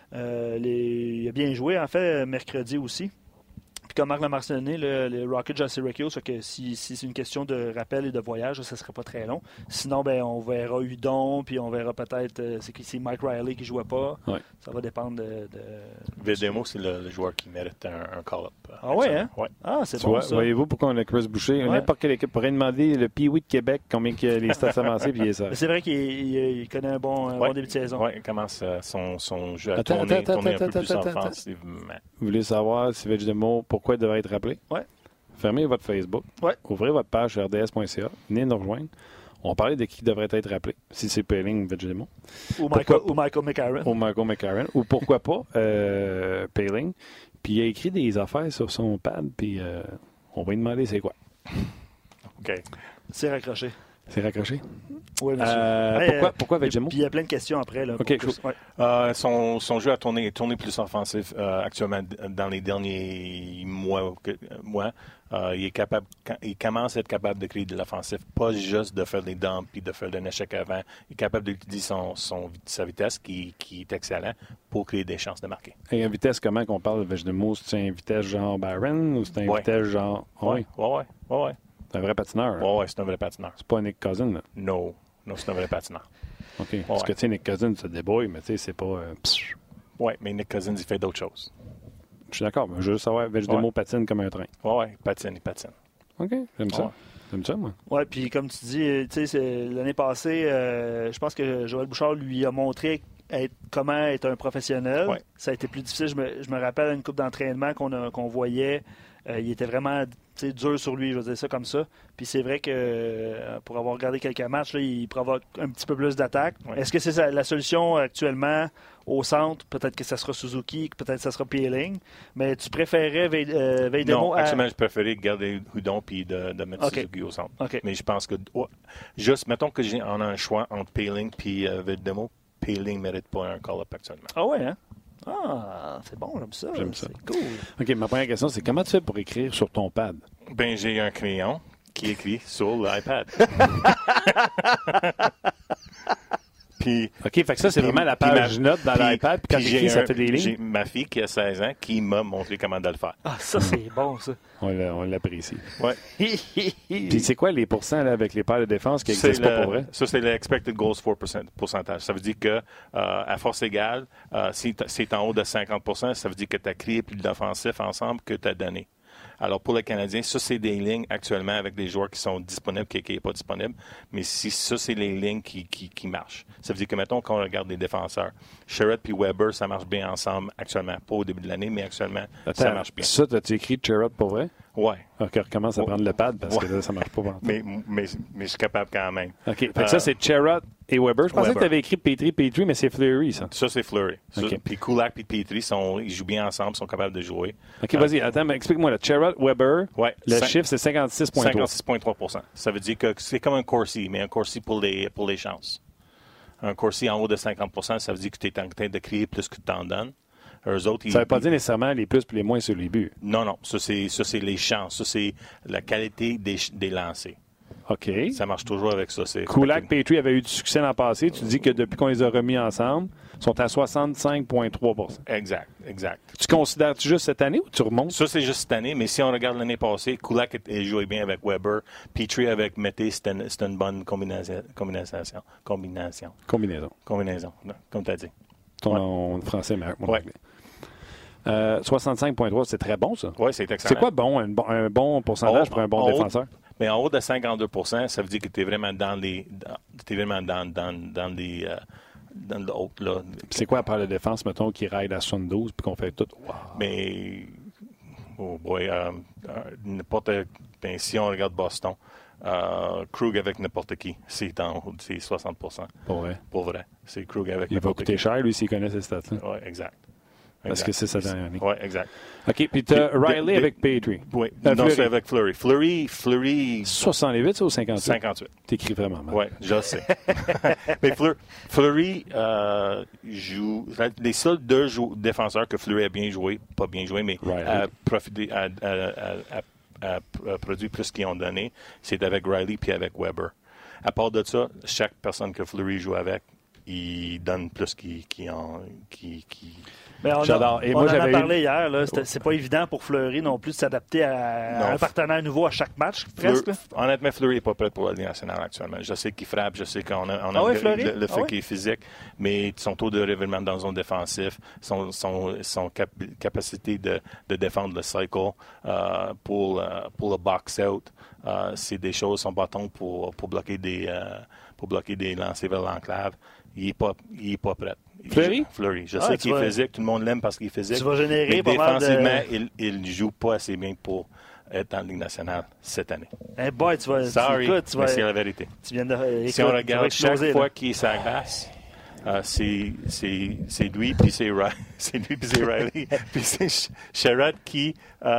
Il a bien joué, en fait, mercredi aussi. Puis comme Marc l'a mentionné, le Rockets à Syracuse, que si c'est une question de rappel et de voyage, ça ne serait pas très long. Sinon, ben, on verra Hudon, puis on verra peut-être c'est Mike Riley qui ne jouait pas. Ouais. Ça va dépendre de... Veil-Démo, c'est le joueur qui mérite un call-up. Ah ouais, hein? Ouais. Ah, c'est bon, ça. Voyez-vous pourquoi on a Chris Boucher? Ouais. N'importe quelle équipe pourrait demander le Pee-Wee de Québec, combien les stats avancés, puis il est ça. C'est vrai qu'il connaît un bon début de saison. Oui, il commence son jeu à tourner un peu plus offensivement. Vous voulez savoir si Veil-Démo, pourquoi il devrait être rappelé? Oui. Fermez votre Facebook. Ouais. Ouvrez votre page sur rds.ca. Venez nous rejoindre. On parlait de qui devrait être rappelé, si c'est Poehling ou Veil-Démo. Ou Michael McCarron. Ou Michael McCarron. Ou pourquoi pas Poehling. Puis il a écrit des affaires sur son pad, puis on va lui demander c'est quoi. OK. C'est raccroché. C'est raccroché? Oui, monsieur. Pourquoi Veil-Démo? Puis il y a plein de questions après. Là, OK, son jeu a tourné plus offensif actuellement dans les derniers mois. Il commence à être capable de créer de l'offensif, pas juste de faire des dumps puis de faire un échec avant. Il est capable d'utiliser sa vitesse, qui est excellent, pour créer des chances de marquer. Et une vitesse, comment qu'on parle de Veil-Démo? C'est une vitesse genre Barron ou c'est une vitesse genre... Oui. C'est un vrai patineur. Oui, c'est un vrai patineur. C'est pas Nick Cousins, là? Non, c'est un vrai patineur. OK. Parce que, tu sais, Nick Cousins se débrouille, mais tu sais, c'est pas... Oui, mais Nick Cousins, il fait d'autres choses. Je suis d'accord, mais je veux savoir, Veil-Démo patine comme un train. Oui, il patine. OK, j'aime ça. J'aime ça, moi. Oui, puis comme tu dis, tu sais, l'année passée, je pense que Joël Bouchard lui a montré comment être un professionnel. Ouais. Ça a été plus difficile. Je me rappelle une coupe d'entraînement qu'on voyait. Il était vraiment dur sur lui, je vais dire ça comme ça. Puis c'est vrai que pour avoir regardé quelques matchs, là, il provoque un petit peu plus d'attaque. Ouais. Est-ce que c'est la solution actuellement au centre? Peut-être que ça sera Suzuki, peut-être que ça sera Poehling. Mais tu préférais Veil-Démo Non, actuellement, je préférais garder Hudon puis de mettre Suzuki au centre. Okay. Mais je pense que... juste, mettons que on a un choix entre Poehling puis Veil-Démo. Poehling ne mérite pas un call-up actuellement. Ah ouais, hein? Ah, c'est bon, j'aime ça. J'aime ça. C'est cool. OK, ma première question, c'est comment tu fais pour écrire sur ton pad? Ben, j'ai un crayon qui écrit sur l'iPad. Puis, OK, fait que ça, c'est vraiment la page note dans l'iPad, puis quand tu écris, ça fait des lignes? J'ai ma fille qui a 16 ans qui m'a montré comment de le faire. Ah, ça, c'est bon, ça. On l'apprécie. Ouais. Puis c'est quoi les pourcents là, avec les paires de défense qui n'existent pas pour vrai? Ça, c'est l'expected goals for pourcentage. Ça veut dire que à force égale, si c'est en haut de 50 ça veut dire que tu as créé plus d'offensifs ensemble que tu as donné. Alors, pour les Canadiens, ça, c'est des lignes actuellement avec des joueurs qui sont disponibles, qui n'est pas disponible. Mais si ça, c'est les lignes qui marchent. Ça veut dire que, mettons, quand on regarde les défenseurs, Sherrod et Weber, ça marche bien ensemble actuellement. Pas au début de l'année, mais actuellement, ça marche bien. Ça, as-tu écrit Sherrod pour vrai? Oui. OK, recommence à prendre le pad parce que là, ça ne marche pas. Mais je suis capable quand même. OK, fait que ça, c'est Sherrod et Weber. Je pensais que tu avais écrit Petrie, mais c'est Fleury, ça. Ça, c'est Fleury. Okay. Puis Kulak et Petrie, ils jouent bien ensemble, sont capables de jouer. OK, vas-y, attends, mais explique-moi. Sherrod, Weber, le chiffre, c'est 56,3. 56,3 Ça veut dire que c'est comme un Corsi, mais un Corsi pour les chances. Un Corsi en haut de 50 ça veut dire que tu es en train de créer plus que tu t'en donnes. Eux autres, ça ne veut pas dire nécessairement les plus et les moins sur les buts. Non. Ça, c'est les chances. Ça, c'est la qualité des lancers. OK. Ça marche toujours avec ça. Kulak et Petrie avaient eu du succès l'an passé. Tu dis que depuis qu'on les a remis ensemble, ils sont à 65,3 Exact. Tu considères-tu juste cette année ou tu remontes? Ça, c'est juste cette année, mais si on regarde l'année passée, Kulak a joué bien avec Weber. Petrie avec Mété, c'était une bonne combinaison, comme tu as dit. Ton français meilleur que mon ouais. anglais. 65,3, c'est très bon, ça. Oui, c'est excellent. C'est quoi bon, un bon pourcentage pour un bon défenseur? Mais en haut de 52 ça veut dire que tu es vraiment dans les dans le haut, là. C'est quoi à part la défense, mettons, qui raille à 72 puis qu'on fait tout? Wow. Mais, oh boy, si on regarde Boston, Krug avec n'importe qui, c'est en haut, c'est 60 Pour vrai? Pour vrai. C'est Krug avec il va coûter cher, lui, s'il connaît ces stats-là. Oui, exact. Parce que c'est sa dernière année. Oui, exact. OK, puis tu as Riley avec Petrie. Oui, non, c'est avec Fleury. Fleury... 68, ça, ou 58? 58. T'écris vraiment mal. Oui, je sais. Mais Fleury joue... Les seuls deux défenseurs que Fleury a bien joué, pas bien joué, mais a produit plus qu'ils ont donné, c'est avec Riley puis avec Weber. À part de ça, chaque personne que Fleury joue avec, il donne plus qu'ils ont... J'adore. On en a parlé hier. Là, c'est pas évident pour Fleury non plus de s'adapter à un partenaire nouveau à chaque match, presque. Honnêtement, Fleury n'est pas prêt pour la Ligue nationale actuellement. Je sais qu'il frappe, je sais qu'on a le fait qu'il est physique, mais son taux de révélement dans la zone défensive, son capacité de défendre le cycle pour le box-out, c'est des choses, son bâton pour bloquer des lancers vers l'enclave, il n'est pas prêt. Fleury? Je sais qu'il est physique. Tout le monde l'aime parce qu'il est physique. Tu vas générer mais pas défensivement, mal il ne joue pas assez bien pour être en Ligue nationale cette année. Hey boy, tu vas... mais c'est la vérité. Si on regarde chaque fois qu'il est sur la glace, c'est lui puis c'est Riley. Puis c'est Sherrod qui...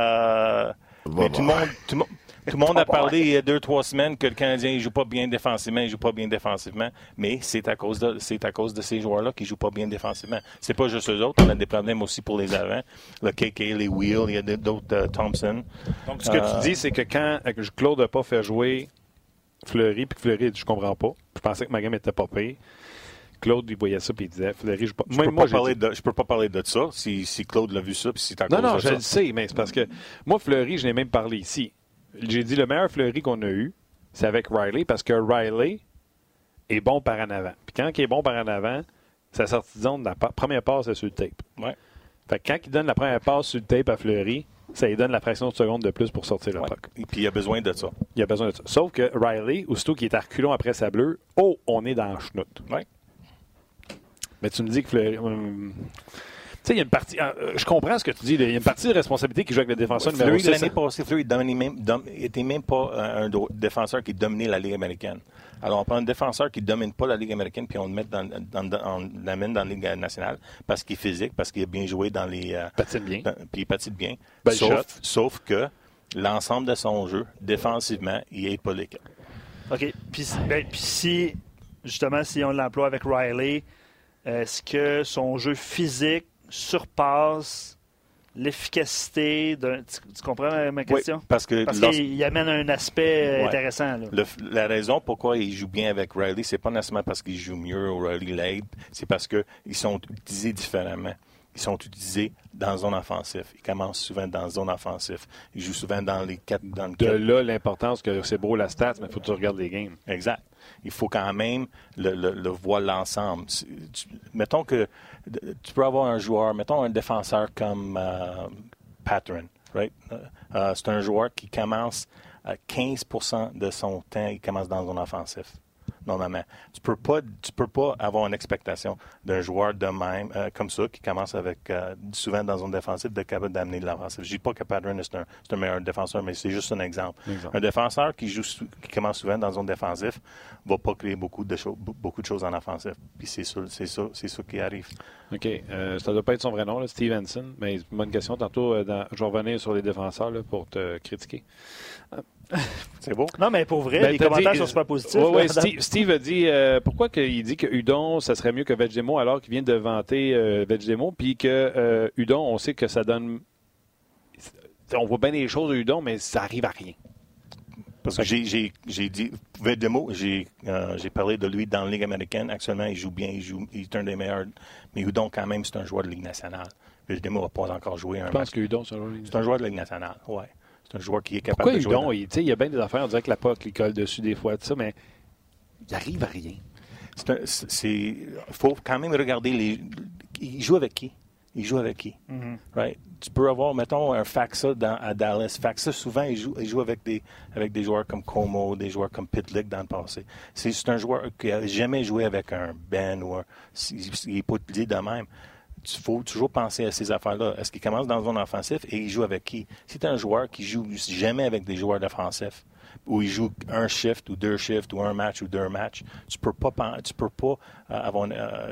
mais tout le monde a parlé il y a 2-3 semaines que le Canadien ne joue pas bien défensivement, mais c'est à cause de ces joueurs-là qui ne jouent pas bien défensivement. C'est pas juste eux autres, on a des problèmes aussi pour les avants. Le KK, les Wheel, il y a d'autres Thompson. Donc, ce que tu dis, c'est que quand Claude n'a pas fait jouer Fleury, puis que Fleury, je comprends pas, je pensais que ma gamme était pas pire. Claude, il voyait ça puis il disait Fleury, je peux pas parler de ça si Claude l'a vu ça puis si c'est à cause de ça. Non, je le sais, mais c'est parce que moi, Fleury, je l'ai même parlé ici. J'ai dit le meilleur Fleury qu'on a eu, c'est avec Riley, parce que Riley est bon par en avant. Puis quand il est bon par en avant, sa sortie de zone, la première passe, c'est sur le tape. Ouais. Fait que quand il donne la première passe sur le tape à Fleury, ça lui donne la fraction de seconde de plus pour sortir le puck. Et puis il a besoin de ça. Il a besoin de ça. Sauf que Riley, aussitôt qu'il est à reculons après sa bleue, on est dans le chenoute. Oui. Mais tu me dis que Fleury... Tu sais, il y a une partie... je comprends ce que tu dis. Il y a une partie de responsabilité qui joue avec le défenseur numéro 6. L'année passée, Fleury n'était même pas un défenseur qui dominait la Ligue américaine. Alors, on prend un défenseur qui ne domine pas la Ligue américaine puis on l'amène dans la Ligue nationale parce qu'il est physique, parce qu'il a bien joué dans les... patine bien. Puis il patine bien. Sauf que l'ensemble de son jeu, défensivement, il n'aide pas l'équipe. OK. Puis si on l'emploie avec Riley, est-ce que son jeu physique surpasse l'efficacité d'un... Tu comprends ma question? Oui, parce qu'il amène un aspect intéressant. Là. La raison pourquoi il joue bien avec Riley, c'est pas nécessairement parce qu'il joue mieux ou Riley l'aide, c'est parce qu'ils sont utilisés différemment. Ils sont utilisés dans zone offensive. Ils commencent souvent dans zone offensive. Ils jouent souvent dans les 4. Là, l'importance que c'est beau la stats, mais il faut que tu regardes les games. Exact. Il faut quand même le voir l'ensemble. Mettons que tu peux avoir un joueur, mettons un défenseur comme Patron, right? C'est un joueur qui commence à 15% de son temps, il commence dans zone offensive. Normalement. Tu peux pas avoir une expectation d'un joueur de même, comme ça, qui commence avec souvent dans zone défensive, de capable d'amener de l'offensive. Je dis pas que Patron est un meilleur défenseur, mais c'est juste un exemple. Un défenseur qui commence souvent dans zone défensive va pas créer beaucoup de choses en offensive. Puis c'est ça qui arrive. OK. Ça doit pas être son vrai nom, là, Stevenson, mais bonne question. Tantôt, je vais revenir sur les défenseurs là, pour te critiquer. C'est beau. Non, mais pour vrai, les commentaires sont super positifs. Oui, Steve a dit pourquoi il dit que Hudon, ça serait mieux que Vejdemo alors qu'il vient de vanter Vejdemo, puis que Hudon, on sait que ça donne. On voit bien les choses de Hudon, mais ça arrive à rien. Parce que j'ai dit, Vejdemo, j'ai parlé de lui dans la Ligue américaine. Actuellement, il joue bien, il est un des meilleurs. Mais Hudon, quand même, c'est un joueur de Ligue nationale. Vejdemo n'a pas encore joué un match. Je pense que Hudon, c'est un joueur de Ligue nationale, oui. C'est un joueur qui est capable de jouer. Pourquoi Hudon? Il y a bien des affaires, on dirait que la POC lui colle dessus des fois, tout ça, mais il arrive à rien. Il faut quand même regarder il joue avec qui? Mm-hmm. Right? Tu peux avoir, mettons, un Faxa à Dallas. Faxa, souvent, il joue avec des joueurs comme Como, des joueurs comme Pitlick dans le passé. C'est un joueur qui n'a jamais joué avec un Ben ou il n'est pas utilisé de même. Il faut toujours penser à ces affaires-là. Est-ce qu'il commence dans la zone offensive et il joue avec qui? Si tu es un joueur qui joue jamais avec des joueurs défensifs, ou il joue un shift ou deux shifts ou un match ou deux matchs, tu peux pas avoir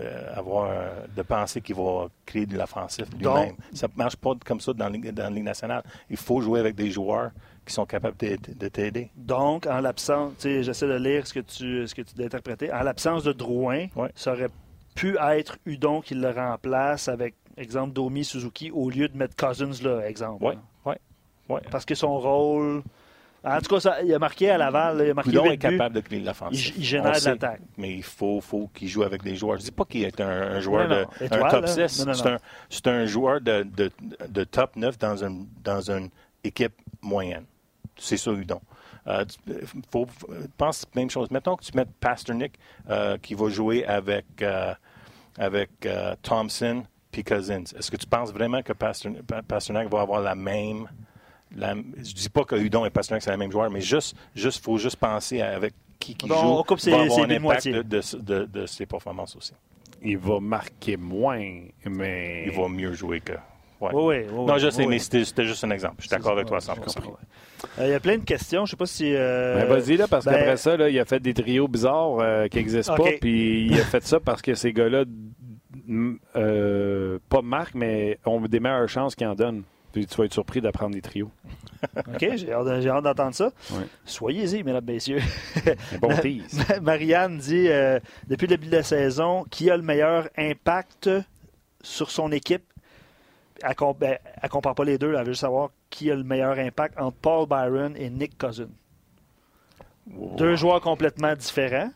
de penser qu'il va créer de l'offensif lui-même. Ça ne marche pas comme ça dans la Ligue nationale. Il faut jouer avec des joueurs qui sont capables de t'aider. Donc, en l'absence, j'essaie de lire ce que tu dois interpréter, en l'absence de Drouin, ça aurait pu être Hudon qui le remplace avec, exemple, Domi Suzuki au lieu de mettre Cousins là, exemple. Oui. Parce que son rôle... En tout cas, il a marqué à Laval, il a marqué Hudon est capable de créer l'offensive. Il génère de l'attaque. Mais il faut qu'il joue avec des joueurs. Je ne dis pas qu'il est un joueur un top 6. C'est un joueur de top 9 dans une équipe moyenne. C'est ça, Hudon. Pense même chose. Mettons que tu mettes Pasternak qui va jouer avec Thompson puis Cousins. Est-ce que tu penses vraiment que Pasternak va avoir la même... je ne dis pas que Hudon et Pasternak, c'est le même joueur, mais faut juste penser avec qui joue on coupe va avoir un impact de ses performances aussi. Il va marquer moins, mais... Il va mieux jouer que... Oui. Non, je sais, mais c'était juste un exemple. Je suis d'accord avec toi à 100%. Il y a plein de questions. Je ne sais pas si... vas-y, là, parce qu'après ça, là, il a fait des trios bizarres qui n'existent pas, puis il a fait ça parce que ces gars-là, pas marquent, mais ont des meilleures chances qu'ils en donnent. Puis tu vas être surpris d'apprendre des trios. OK, j'ai hâte d'entendre ça. Oui. Soyez-y, mesdames, messieurs. Un bon tease. Marianne dit, depuis le début de la saison, qui a le meilleur impact sur son équipe? Elle ne compare pas les deux, elle veut juste savoir qui a le meilleur impact entre Paul Byron et Nick Cousins. Wow. Deux joueurs complètement différents.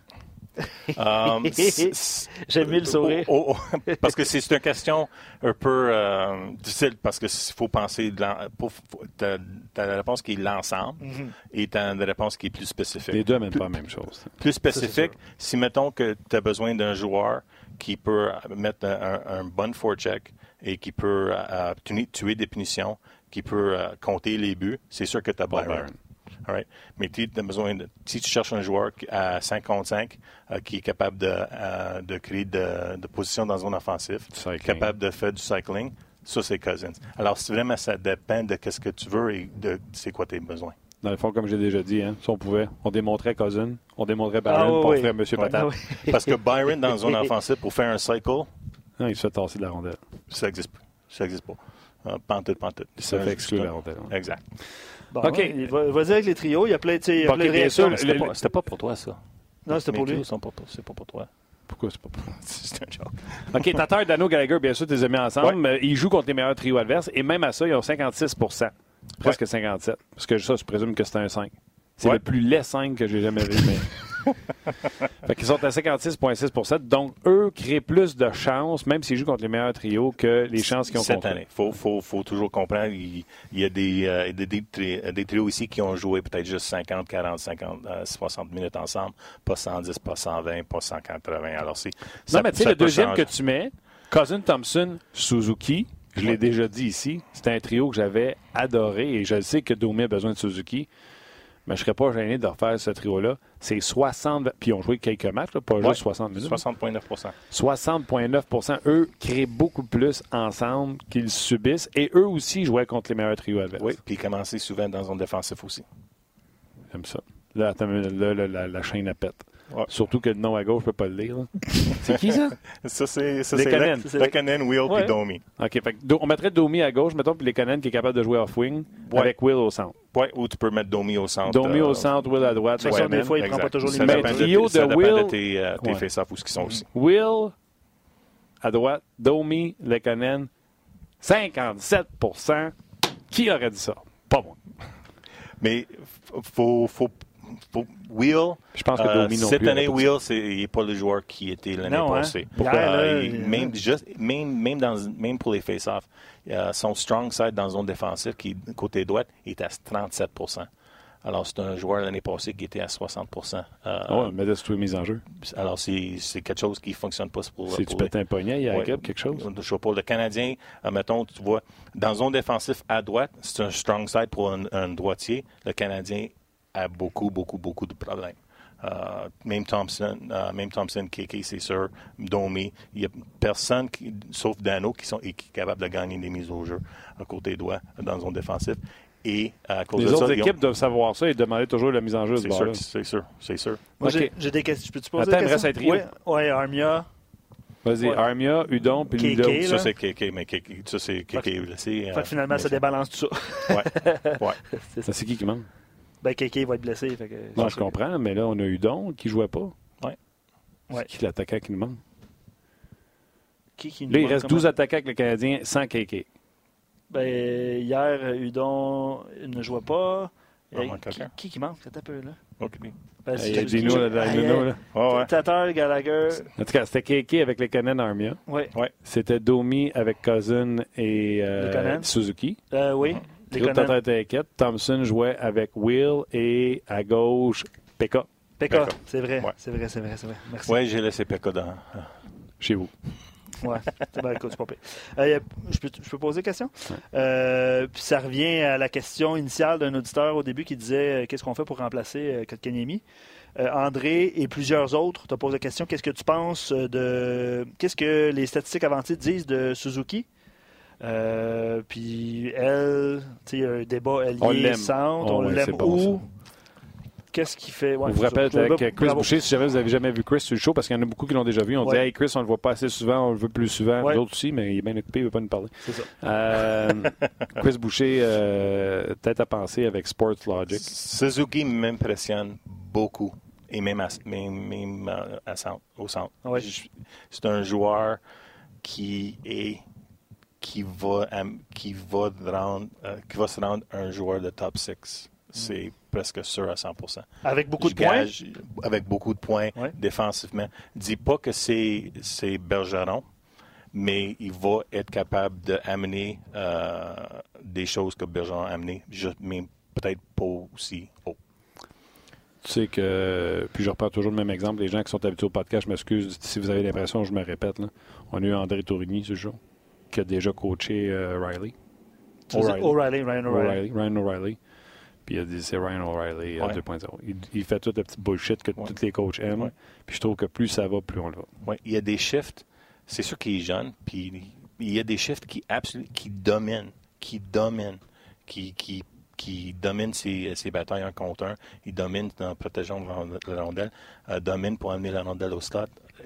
J'aime mieux le sourire. Parce que c'est une question un peu difficile, parce qu'il faut penser t'as la réponse qui est l'ensemble et t'as la réponse qui est plus spécifique. Les deux n'amènent pas la même chose. Plus spécifique, si mettons que tu as besoin d'un joueur qui peut mettre un bon forecheck et qui peut tuer des punitions, qui peut compter les buts, c'est sûr que tu as Byron. Right. Mais si tu cherches un joueur à 5 contre 5 qui est capable de créer de position dans la zone offensive, capable de faire du cycling, ça, c'est Cousins. Alors, vraiment, ça dépend de ce que tu veux et de c'est quoi tes besoins. Dans le fond, comme j'ai déjà dit, si on pouvait, on démontrait Cousins, on démontrait Byron, puis on ferait M. Patate. Parce que Byron, dans la zone offensive, pour faire un cycle... Non, il se fait tasser de la rondelle. Ça n'existe pas. Pantoute. Il se fait exclure la rondelle. Exact. Bon, OK. Vas-y avec les trios. Il y a plein de réactions. C'était pas pour toi, ça. Non, c'était pour lui. C'est pas pour toi. Pourquoi c'est pas C'est un joke. OK, Tatar, Dano, Gallagher, bien sûr, tu les as mis ensemble. Ils jouent contre les meilleurs trios adverses. Et même à ça, ils ont 56 presque 57 parce que ça, je présume que c'est un 5. C'est le plus laid 5 que j'ai jamais vu. Mais... fait qu'ils sont à 56,6 %. Donc, eux créent plus de chances, même s'ils jouent contre les meilleurs trios, que les chances qu'ils ont cette contre année. Faut toujours comprendre, il y a des trios ici qui ont joué peut-être juste 50, 40, 50, 60 minutes ensemble, pas 110, pas 120, pas 180. Alors, non, mais tu sais, le deuxième que tu mets, Cousin, Thompson, Suzuki, je l'ai déjà dit ici, c'était un trio que j'avais adoré et je sais que Domi a besoin de Suzuki. Mais je ne serais pas gêné de refaire ce trio-là. C'est 60... Puis ils ont joué quelques matchs, là, pas juste 60 minutes. 60,9 60,9 %. Eux créent beaucoup plus ensemble qu'ils subissent. Et eux aussi jouaient contre les meilleurs trios adverses. Oui, puis ils commençaient souvent dans zone défensive aussi. J'aime ça. Là, attends, la chaîne à pète. Ouais. Surtout que le nom à gauche, je ne peux pas le lire. Là. C'est qui, ça? Ça, c'est Lekonen, Will puis Domi. OK, fait que on mettrait Domi à gauche, mettons, puis Lekonen qui est capable de jouer off-wing avec Will au centre. Oui, ou tu peux mettre Domi au centre. Domi au centre, Will à droite. Ouais, des fois, il ne prend pas toujours les mêmes. Ça Trio de dépend Will... de tes face-off où ils sont aussi. Will à droite, Domi, Lekonen, 57 %. Qui aurait dit ça? Pas moi. Mais faut Will, je pense que Domi non cette plus année, Will, il n'est pas le joueur qui était l'année passée. Même pour les face-offs, son strong side dans la zone défensive, qui est côté droite, est à 37 %. Alors, c'est un joueur l'année passée qui était à 60 %. Mais là, c'est tout mis en jeu. Alors, c'est quelque chose qui ne fonctionne pas pour... Si tu pètes un poignet, il y a quelque chose? Je ne sais pas. Le Canadien, mettons, tu vois, dans la zone défensive à droite, c'est un strong side pour un droitier. Le Canadien a beaucoup de problèmes. Même Thompson, KK, c'est sûr, Domi, il n'y a personne, sauf Dano, qui est capable de gagner des mises au jeu à côté droit dans la zone défensive. Et à cause les de autres ça, équipes doivent savoir ça et demander toujours la mise en jeu de ce bord-là. C'est sûr. Moi, j'ai des questions. Je peux te poser des questions? Attends, il me reste un trio. Oui, Armia. Vas-y, Armia, Udon, puis Ludo. Ça, c'est KK, mais ça, c'est KK blessé. Fait que finalement, ça débalance tout ça. Ouais. C'est qui manque? Ben, KK va être blessé. Fait que non, je comprends, mais là, on a Udon qui ne jouait pas. Ouais. C'est qui l'attaquant qui nous manque? Qui là, il reste 12 attaquants avec le Canadien sans KK. Ben, hier, Udon ne jouait pas. Qui manque? C'est un peu, là. OK. Ben, il y a Dino, là. Tatar, Gallagher. En tout cas, c'était KK avec les Lekonen Armia. Oui. C'était Domi avec Cousin et Suzuki. Oui. Tatar était inquiète. Thompson jouait avec Will et à gauche, Pekka. Pekka, c'est vrai. C'est vrai. Merci. Oui, j'ai laissé Pekka chez vous. Oui, c'est bien, écoute, c'est pas pire. Je peux poser une question? Puis ça revient à la question initiale d'un auditeur au début qui disait qu'est-ce qu'on fait pour remplacer Kotkaniemi? André et plusieurs autres t'ont posé la question, qu'est-ce que tu penses qu'est-ce que les statistiques avancées disent de Suzuki? Puis elle, tu sais, un débat allié centre, on l'aime où? Qu'est-ce qu'il fait? Ouais, je vous rappelle avec Chris Boucher, si jamais vous n'avez jamais vu Chris sur le show, parce qu'il y en a beaucoup qui l'ont déjà vu, on dit hey, Chris, on ne le voit pas assez souvent, on le veut plus souvent. D'autres aussi, mais il est bien occupé, il ne veut pas nous parler. C'est ça. Chris Boucher, tête à penser avec Sports Logic. Suzuki m'impressionne beaucoup, et même au centre. Ouais. C'est un joueur qui va se rendre un joueur de top 6. C'est presque sûr à 100 %. Avec beaucoup de points? Avec beaucoup de points défensivement. Dis pas que c'est Bergeron, mais il va être capable d'amener des choses que Bergeron a amenées, mais peut-être pas aussi haut. Tu sais que, puis je reprends toujours le même exemple, les gens qui sont habitués au podcast, je m'excuse si vous avez l'impression que je me répète, là. On a eu André Tourigny ce jour, qui a déjà coaché Riley. Ryan O'Reilly. Puis il a dit c'est Ryan O'Reilly 2.0. Il fait tout le petit bullshit que tous les coachs aiment. Puis je trouve que plus ça va, plus on le va. Oui, il y a des shifts. C'est sûr qu'il est jeune. Puis il y a des shifts qui dominent. Qui domine ses batailles 1 contre 1. Il domine en protégeant la rondelle. Domine pour amener la rondelle au slot.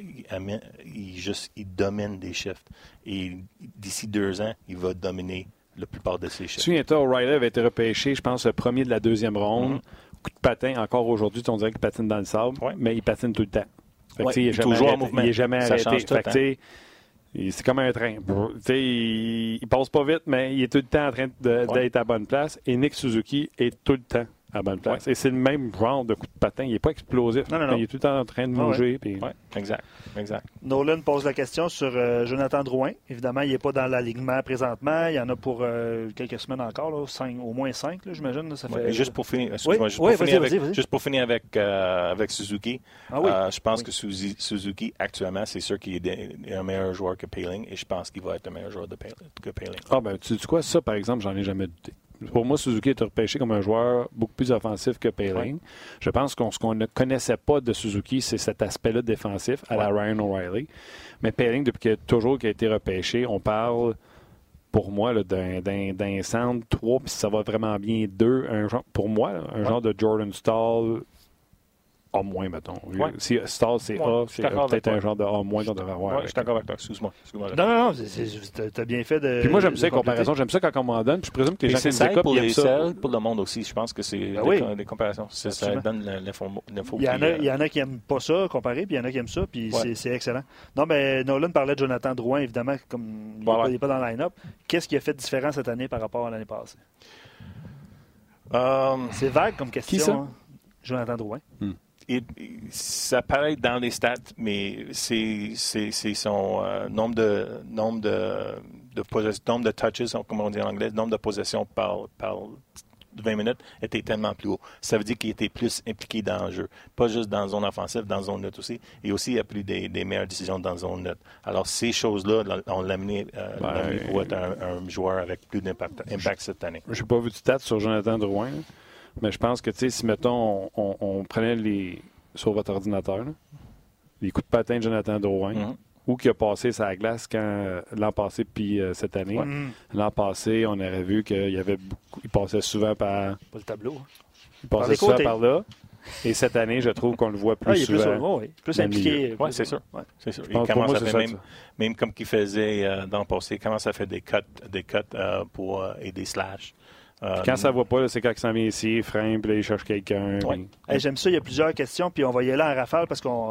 Il domine des shifts. Et d'ici 2 ans, il va dominer la plupart de ces shifts. Souviens-toi, O'Reilly avait été repêché, je pense, le premier de la deuxième ronde. Coup de patin, encore aujourd'hui, on dirait qu'il patine dans le sable, mais il patine tout le temps. Fait que, il est jamais toujours en arrêté. mouvement. Il est jamais Ça arrêté. change tout, Fait que, c'est comme un train. Il passe pas vite, mais il est tout le temps en train d'être à bonne place. Et Nick Suzuki est tout le temps à bonne place. Ouais. Et c'est le même genre de coup de patin. Il n'est pas explosif. Non. Il est tout le temps en train de bouger. Oui, exact. Nolan pose la question sur Jonathan Drouin. Évidemment, il n'est pas dans l'alignement présentement. Il y en a pour quelques semaines encore, là, au moins 5, là, j'imagine. Ça fait... Juste pour finir, vas-y. Juste pour finir avec Suzuki, je pense que Suzuki, actuellement, c'est sûr qu'il est un meilleur joueur que Poehling et je pense qu'il va être un meilleur joueur que Poehling. Ah, ben, tu sais quoi, ça, par exemple, j'en ai jamais douté. Pour moi, Suzuki est repêché comme un joueur beaucoup plus offensif que Poehling. Je pense ce qu'on ne connaissait pas de Suzuki, c'est cet aspect-là défensif à la Ryan O'Reilly. Mais Poehling, depuis qu'il a été repêché, on parle, pour moi, là, d'un centre 3, puis ça va vraiment bien 2. Pour moi, un genre de Jordan Staal A-, mettons. Si Staal, c'est A, c'est peut-être un genre de A- qu'on devrait avoir. Je suis d'accord avec toi. Excuse-moi. Non, t'as bien fait de... Puis moi, j'aime ça, les comparaisons. J'aime ça quand on m'en donne. Puis je présume que les gens qui nous écoutent, pour aiment ça. Pour le monde aussi, je pense que c'est des comparaisons. Ça donne l'info. Il y en a qui n'aiment pas ça, comparer, puis il y en a qui aiment ça, puis c'est excellent. Non, mais Nolan parlait de Jonathan Drouin, évidemment, comme il n'est pas dans le line-up. Qu'est-ce qui a fait différent cette année par rapport à l'année passée? C'est vague comme question. Qui ça? Hein? Jonathan Drouin. Ça paraît dans les stats, mais c'est son nombre de touches, comme on dit en anglais, nombre de possessions par 20 minutes était tellement plus haut. Ça veut dire qu'il était plus impliqué dans le jeu. Pas juste dans la zone offensive, dans la zone neutre aussi. Et aussi, il a pris des meilleures décisions dans la zone neutre. Alors, ces choses-là, on l'a amené pour être un joueur avec plus d'impact cette année. Je n'ai pas vu de stats sur Jonathan Drouin, là, mais je pense que, tu sais, si, mettons, on prenait sur votre ordinateur, là, les coups de patin de Jonathan Drouin, ou qui a passé sa glace l'an passé puis cette année. L'an passé, on aurait vu qu'il passait souvent par... Pas le tableau. Il passait souvent par là. Et cette année, je trouve qu'on le voit plus souvent. Plus impliqué. Oui, c'est sûr. C'est sûr. Il commence à faire même comme qu'il faisait dans le passé, il commence à faire des cuts et des slashes. Quand ça ne va pas, c'est quand il s'en vient ici, il freine, puis là, il cherche quelqu'un. Ouais. J'aime ça, il y a plusieurs questions, puis on va y aller en rafale parce qu'on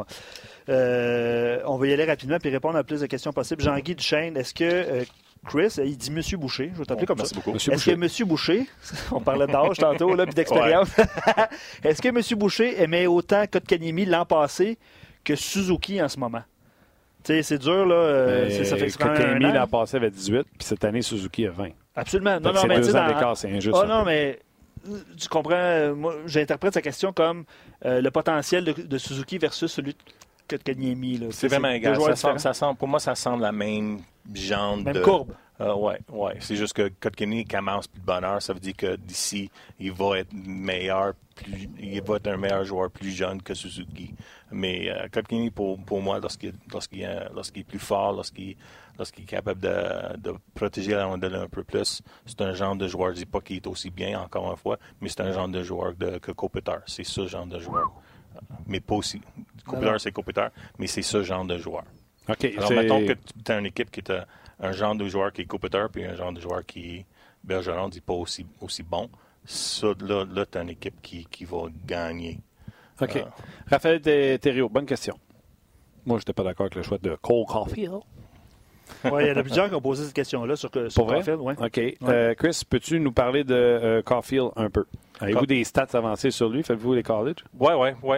va y aller rapidement puis répondre à plus de questions possibles. Jean-Guy Duchesne, est-ce que Chris, il dit Monsieur Boucher, je vais t'appeler comme ça. Est-ce que Monsieur Boucher, on parlait d'âge tantôt, là, puis d'expérience, est-ce que Monsieur Boucher aimait autant Kotkaniemi l'an passé que Suzuki en ce moment? Tu sais, c'est dur, là. Ça fait Kotkaniemi l'an passé avait 18, puis cette année, Suzuki a 20. Absolument. Non, mais 2 ans d'écart, c'est injuste. Non, mais tu comprends, moi, j'interprète sa question comme le potentiel de Suzuki versus celui de Kotkaniemi. C'est vraiment égal. Pour moi, ça semble la même genre même courbe. Oui. C'est juste que Kotkaniemi commence plus de bonheur. Ça veut dire que d'ici, il va être meilleur, il va être un meilleur joueur plus jeune que Suzuki. Mais Kotkaniemi, pour moi, lorsqu'il est plus fort, lorsqu'il est capable de protéger la rondelle un peu plus, c'est un genre de joueur. Je ne dis pas qu'il est aussi bien, encore une fois, mais c'est un genre de joueur que Kopitar. C'est ce genre de joueur. Mais pas aussi. Kopitar, c'est Kopitar, mais c'est ce genre de joueur. Okay, alors, mettons que tu as une équipe qui est un genre de joueur qui est Kopitar, puis un genre de joueur qui est Bergeron, dit pas aussi bon. Ça, là tu as une équipe qui va gagner. OK. Raphaël Thériault, bonne question. Moi, je n'étais pas d'accord avec le choix de Cole Caulfield. Oui, il y en a plusieurs qui ont posé cette question-là sur Caulfield. Ouais. OK. Ouais. Chris, peux-tu nous parler de Caulfield un peu? Avez-vous des stats avancées sur lui? Faites-vous les college? Oui.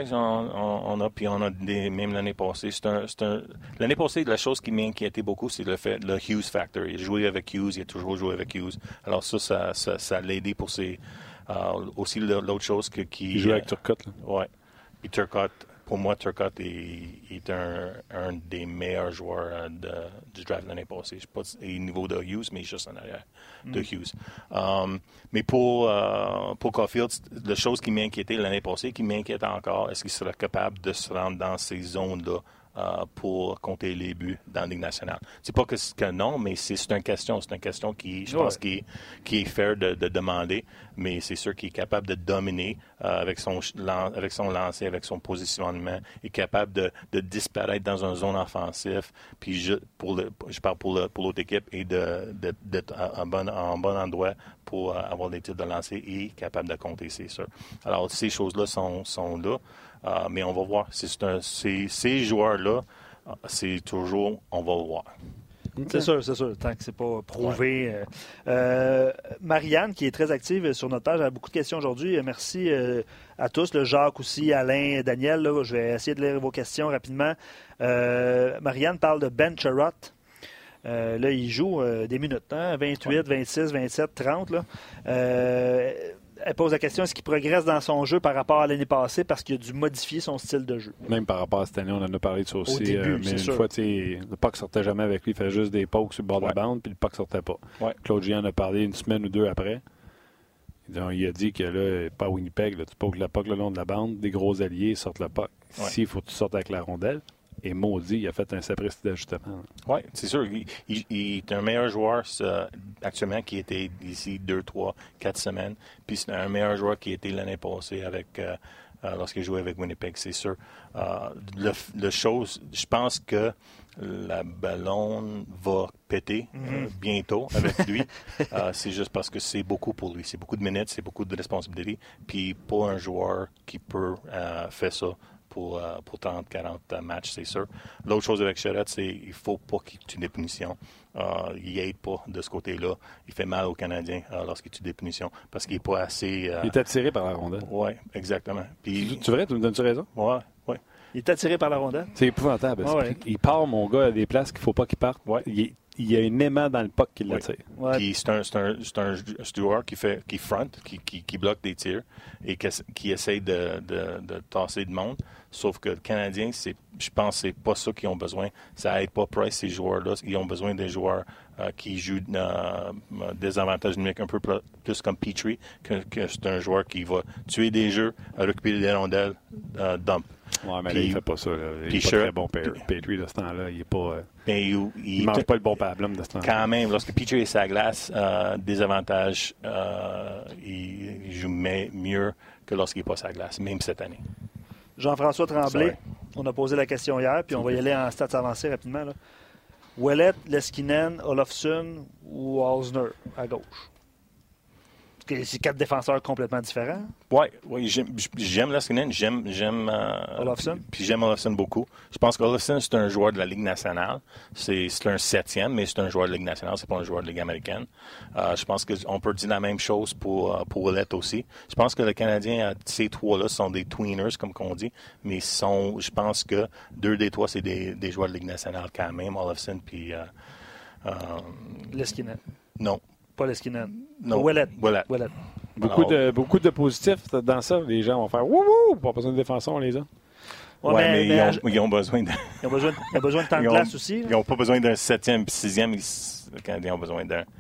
On a, puis on a même l'année passée. L'année passée, la chose qui m'inquiétait beaucoup, c'est le Hughes factor. Il a joué avec Hughes, il a toujours joué avec Hughes. Alors ça l'a aidé pour ses... aussi, l'autre chose il joue avec Turcotte. Oui. Puis Turcotte, pour moi, Turcotte est un des meilleurs joueurs du draft l'année passée. Je ne sais pas au niveau de Hughes, mais juste en arrière de Hughes. Mais pour Caulfield, la chose qui m'inquiétait l'année passée, qui m'inquiète encore, est-ce qu'il sera capable de se rendre dans ces zones-là pour compter les buts dans la Ligue nationale? C'est pas que non, mais c'est une question. C'est une question qui, je pense, qui est fair de demander, mais c'est sûr qu'il est capable de dominer avec son lancer, avec son positionnement, est capable de disparaître dans une zone offensive, puis je parle pour l'autre équipe, et d'être en bon endroit pour avoir des tirs de lancer et capable de compter, c'est sûr. Alors, ces choses-là sont là, mais on va voir. Ces joueurs-là, c'est toujours, on va voir. C'est sûr, tant que c'est pas prouvé. Marianne, qui est très active sur notre page, a beaucoup de questions aujourd'hui. Merci à tous, le Jacques aussi, Alain, Daniel. Là, je vais essayer de lire vos questions rapidement. Marianne parle de Ben Sherratt. Là, il joue des minutes, 28, 26, 27, 30. Là. Elle pose la question, est-ce qu'il progresse dans son jeu par rapport à l'année passée parce qu'il a dû modifier son style de jeu? Même par rapport à cette année, on en a parlé de ça aussi. Au début, mais une sûr. fois, le puck sortait jamais avec lui. Il faisait juste des pokes sur le bord de la bande, puis le puck sortait pas. Ouais. Claude Giant en a parlé une semaine ou deux après. Il a dit que là, pas à Winnipeg, là, tu pokes le puck le long de la bande, des gros alliés sortent le puck. Ouais. Ici, il faut que tu sortes avec la rondelle. Et maudit, il a fait un sapristi d'ajustement. Oui, c'est sûr. Il est un meilleur joueur actuellement qui était ici 2, 3, 4 semaines. Puis c'est un meilleur joueur qui était l'année passée lorsqu'il jouait avec Winnipeg, c'est sûr. Le chose, je pense que la ballon va péter bientôt avec lui. C'est juste parce que c'est beaucoup pour lui. C'est beaucoup de minutes, c'est beaucoup de responsabilités. Puis pas un joueur qui peut faire ça pour 30-40 matchs, c'est sûr. L'autre chose avec Sherratt, c'est qu'il ne faut pas qu'il tue des punitions. Il n'aide pas de ce côté-là. Il fait mal aux Canadiens lorsqu'il tue des punitions parce qu'il n'est pas assez... Il est attiré par la rondelle. Oui, exactement. Puis, tu me donnes-tu raison? Oui, oui. Il est attiré par la rondelle? C'est épouvantable. Ouais. Il part, mon gars, à des places qu'il ne faut pas qu'il parte. Ouais. Il y a un aimant dans le puck qui l'attire. Ouais. Puis c'est un joueur qui front, qui bloque des tirs et qui essaye de tasser de monde. Sauf que le Canadien, je pense que c'est pas ça qu'ils ont besoin. Ça aide pas Price, ces joueurs-là. Ils ont besoin des joueurs qui jouent des avantages numériques un peu plus comme Petrie, que c'est un joueur qui va tuer des jeux, récupérer des rondelles, dump. Oui, mais là, il ne fait pas ça. Là. Il n'est pas très bon Petrie de ce temps-là. Il est pas... il mange pas le bon pablum de ce temps-là. Quand même, lorsque Petrie est sur la glace, des avantages, il joue mieux que lorsqu'il n'est pas sur la glace, même cette année. Jean-François Tremblay, on a posé la question hier, puis on va y aller en stats avancés rapidement. Là. Ouellet, Leskinen, Olofsson ou Osner à gauche? C'est 4 défenseurs complètement différents. Oui, j'aime Leskinen, j'aime Olofsson. Puis j'aime Olofsson beaucoup. Je pense qu'Olofsson, c'est un joueur de la Ligue nationale. C'est un 7e, mais c'est un joueur de la Ligue nationale, c'est pas un joueur de la Ligue américaine. Je pense qu'on peut dire la même chose pour Ouellet aussi. Je pense que le Canadien, ces trois-là, sont des tweeners, comme on dit, mais je pense que 2 des 3, c'est des joueurs de la Ligue nationale quand même, Olofsson puis... Leskinen. Non. Pas Leskinen. Non. Ouellet. Beaucoup de positifs dans ça. Les gens vont faire « Wouhou! » Pas besoin de défenseur, on les a. Mais ils ont besoin de... Ils ont besoin de temps de glace aussi. Ils n'ont pas besoin d'un 7e et 6e. Les Canadiens ont besoin d'un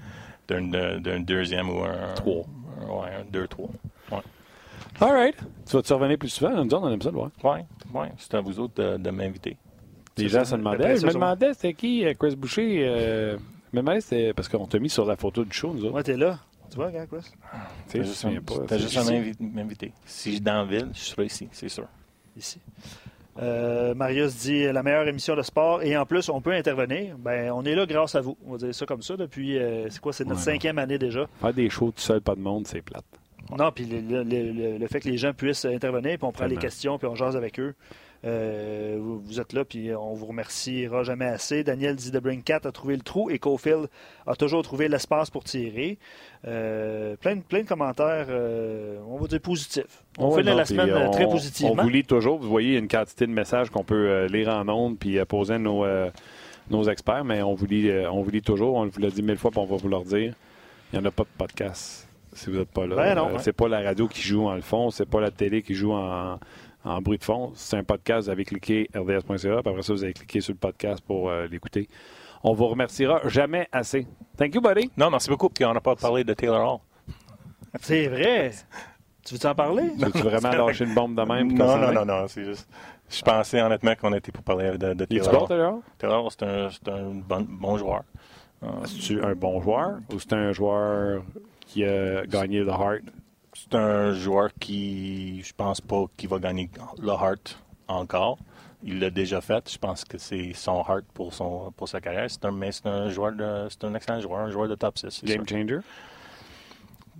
2e ou un 3. Oui, un 2-3. Ouais. All right. Tu vas-tu revenir plus souvent? Nous autres, on aime ça de voir. Oui. C'est à vous autres de m'inviter. Les gens se demandaient. Je me demandais c'était qui, Chris Boucher. Mais c'était parce qu'on t'a mis sur la photo du show, nous autres. Ouais, t'es là. Tu vois, regarde, Chris? T'as juste à m'inviter. Si je suis dans la ville, je serai ici, c'est sûr. Ici. Marius dit la meilleure émission de sport et en plus, on peut intervenir. Ben, on est là grâce à vous. On va dire ça comme ça depuis, c'est notre 5e année déjà. Faire des shows tout seul, pas de monde, c'est plate. Non, puis le fait que les gens puissent intervenir, puis on prend les questions, puis on jase avec eux. Vous êtes là, puis on vous remerciera jamais assez. Daniel dit The Brincat a trouvé le trou et Caulfield a toujours trouvé l'espace pour tirer. Plein de commentaires, on va dire positifs. On fait la semaine très positivement. On vous lit toujours. Vous voyez une quantité de messages qu'on peut lire en ondes puis poser à nos experts, mais on vous lit toujours. On vous l'a dit 1000 fois, puis on va vous le redire. Il n'y en a pas de podcast si vous n'êtes pas là. Ben non, c'est pas la radio qui joue en le fond, c'est pas la télé qui joue en bruit de fond. C'est un podcast, vous avez cliqué rds.ca, puis après ça, vous avez cliqué sur le podcast pour l'écouter. On vous remerciera jamais assez. Thank you, buddy. Non, merci beaucoup, puis on n'a pas parlé de Taylor Hall. C'est vrai. Tu veux-en parler? Tu veux vraiment lâcher une bombe de même? Non, c'est juste... Je pensais honnêtement qu'on était pour parler de Taylor Hall. Taylor Hall? Taylor Hall, c'est un bon joueur. C'est-tu un bon joueur ou c'est un joueur qui a gagné le Hart? C'est un joueur qui, je pense pas qu'il va gagner le Hart encore. Il l'a déjà fait. Je pense que c'est son Hart pour sa carrière. C'est un excellent joueur, un joueur de top 6. Game changer?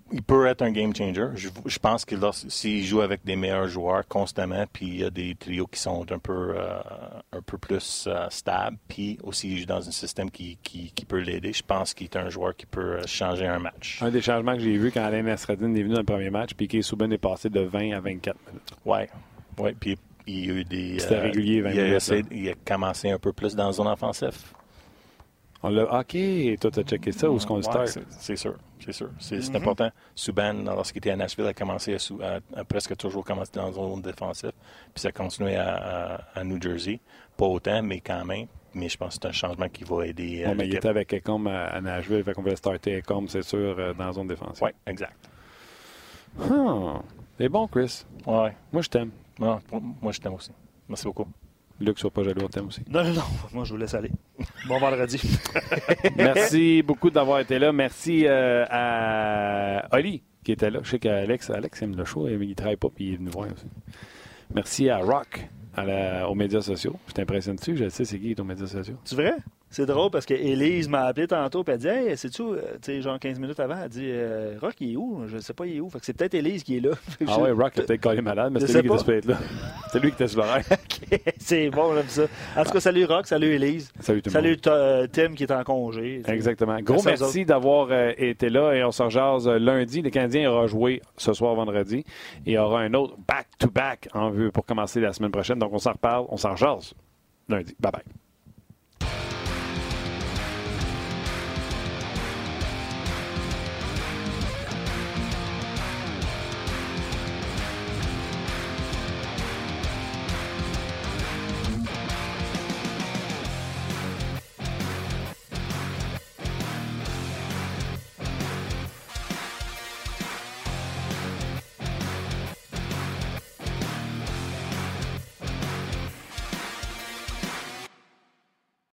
il peut être un game changer. Je pense que s'il joue avec des meilleurs joueurs constamment, puis il y a des trios qui sont un peu plus stables, puis aussi il joue dans un système qui peut l'aider, je pense qu'il est un joueur qui peut changer un match. Un des changements que j'ai vu quand Alain Nasreddine est venu dans le premier match, puis Piquet Souban est passé de 20 à 24 minutes. Oui, puis il y a eu des... C'était régulier, 20 minutes. Il a commencé un peu plus dans la zone offensive. OK, toi, tu as checké ça, où est-ce qu'on le start? C'est sûr. C'est important. Subban, lorsqu'il était à Nashville, a commencé à presque toujours commencer dans la zone défensive. Puis ça a continué à New Jersey. Pas autant, mais quand même. Mais je pense que c'est un changement qui va aider. Mais il était avec Ecom à Nashville, fait qu'on va starter Ecom, c'est sûr, dans la zone défensive. Oui, exact. C'est bon, Chris. Ouais. Moi, je t'aime. Non, moi, je t'aime aussi. Merci beaucoup. Luc, sois pas jaloux, on t'aime aussi. Non. Moi, je vous laisse aller. Bon vendredi. Merci beaucoup d'avoir été là. Merci à Oli qui était là. Je sais qu'Alex aime le show, il ne travaille pas puis il est venu voir aussi. Merci à Rock, aux médias sociaux. Je t'impressionne dessus, je sais c'est qui est aux médias sociaux. C'est vrai? C'est drôle parce qu'Élise m'a appelé tantôt et elle dit « Hey, sais-tu, genre 15 minutes avant, elle dit Rock, il est où? Je ne sais pas, il est où. » Fait que c'est peut-être Élise qui est là. Ah ouais, Rock a peut-être collé malade, mais c'était lui qui était supposé être là. C'était lui qui était sur l'horaire. OK, c'est bon, j'aime ça. En tout cas, salut Rock, salut Élise. Salut tout le monde. Salut Tim qui est en congé. Exactement. Gros merci d'avoir été là et on se rejase lundi. Les Canadiens auront joué ce soir vendredi et il y aura un autre back-to-back en vue pour commencer la semaine prochaine. Donc on s'en reparle, on s'en rejase lundi. Bye bye.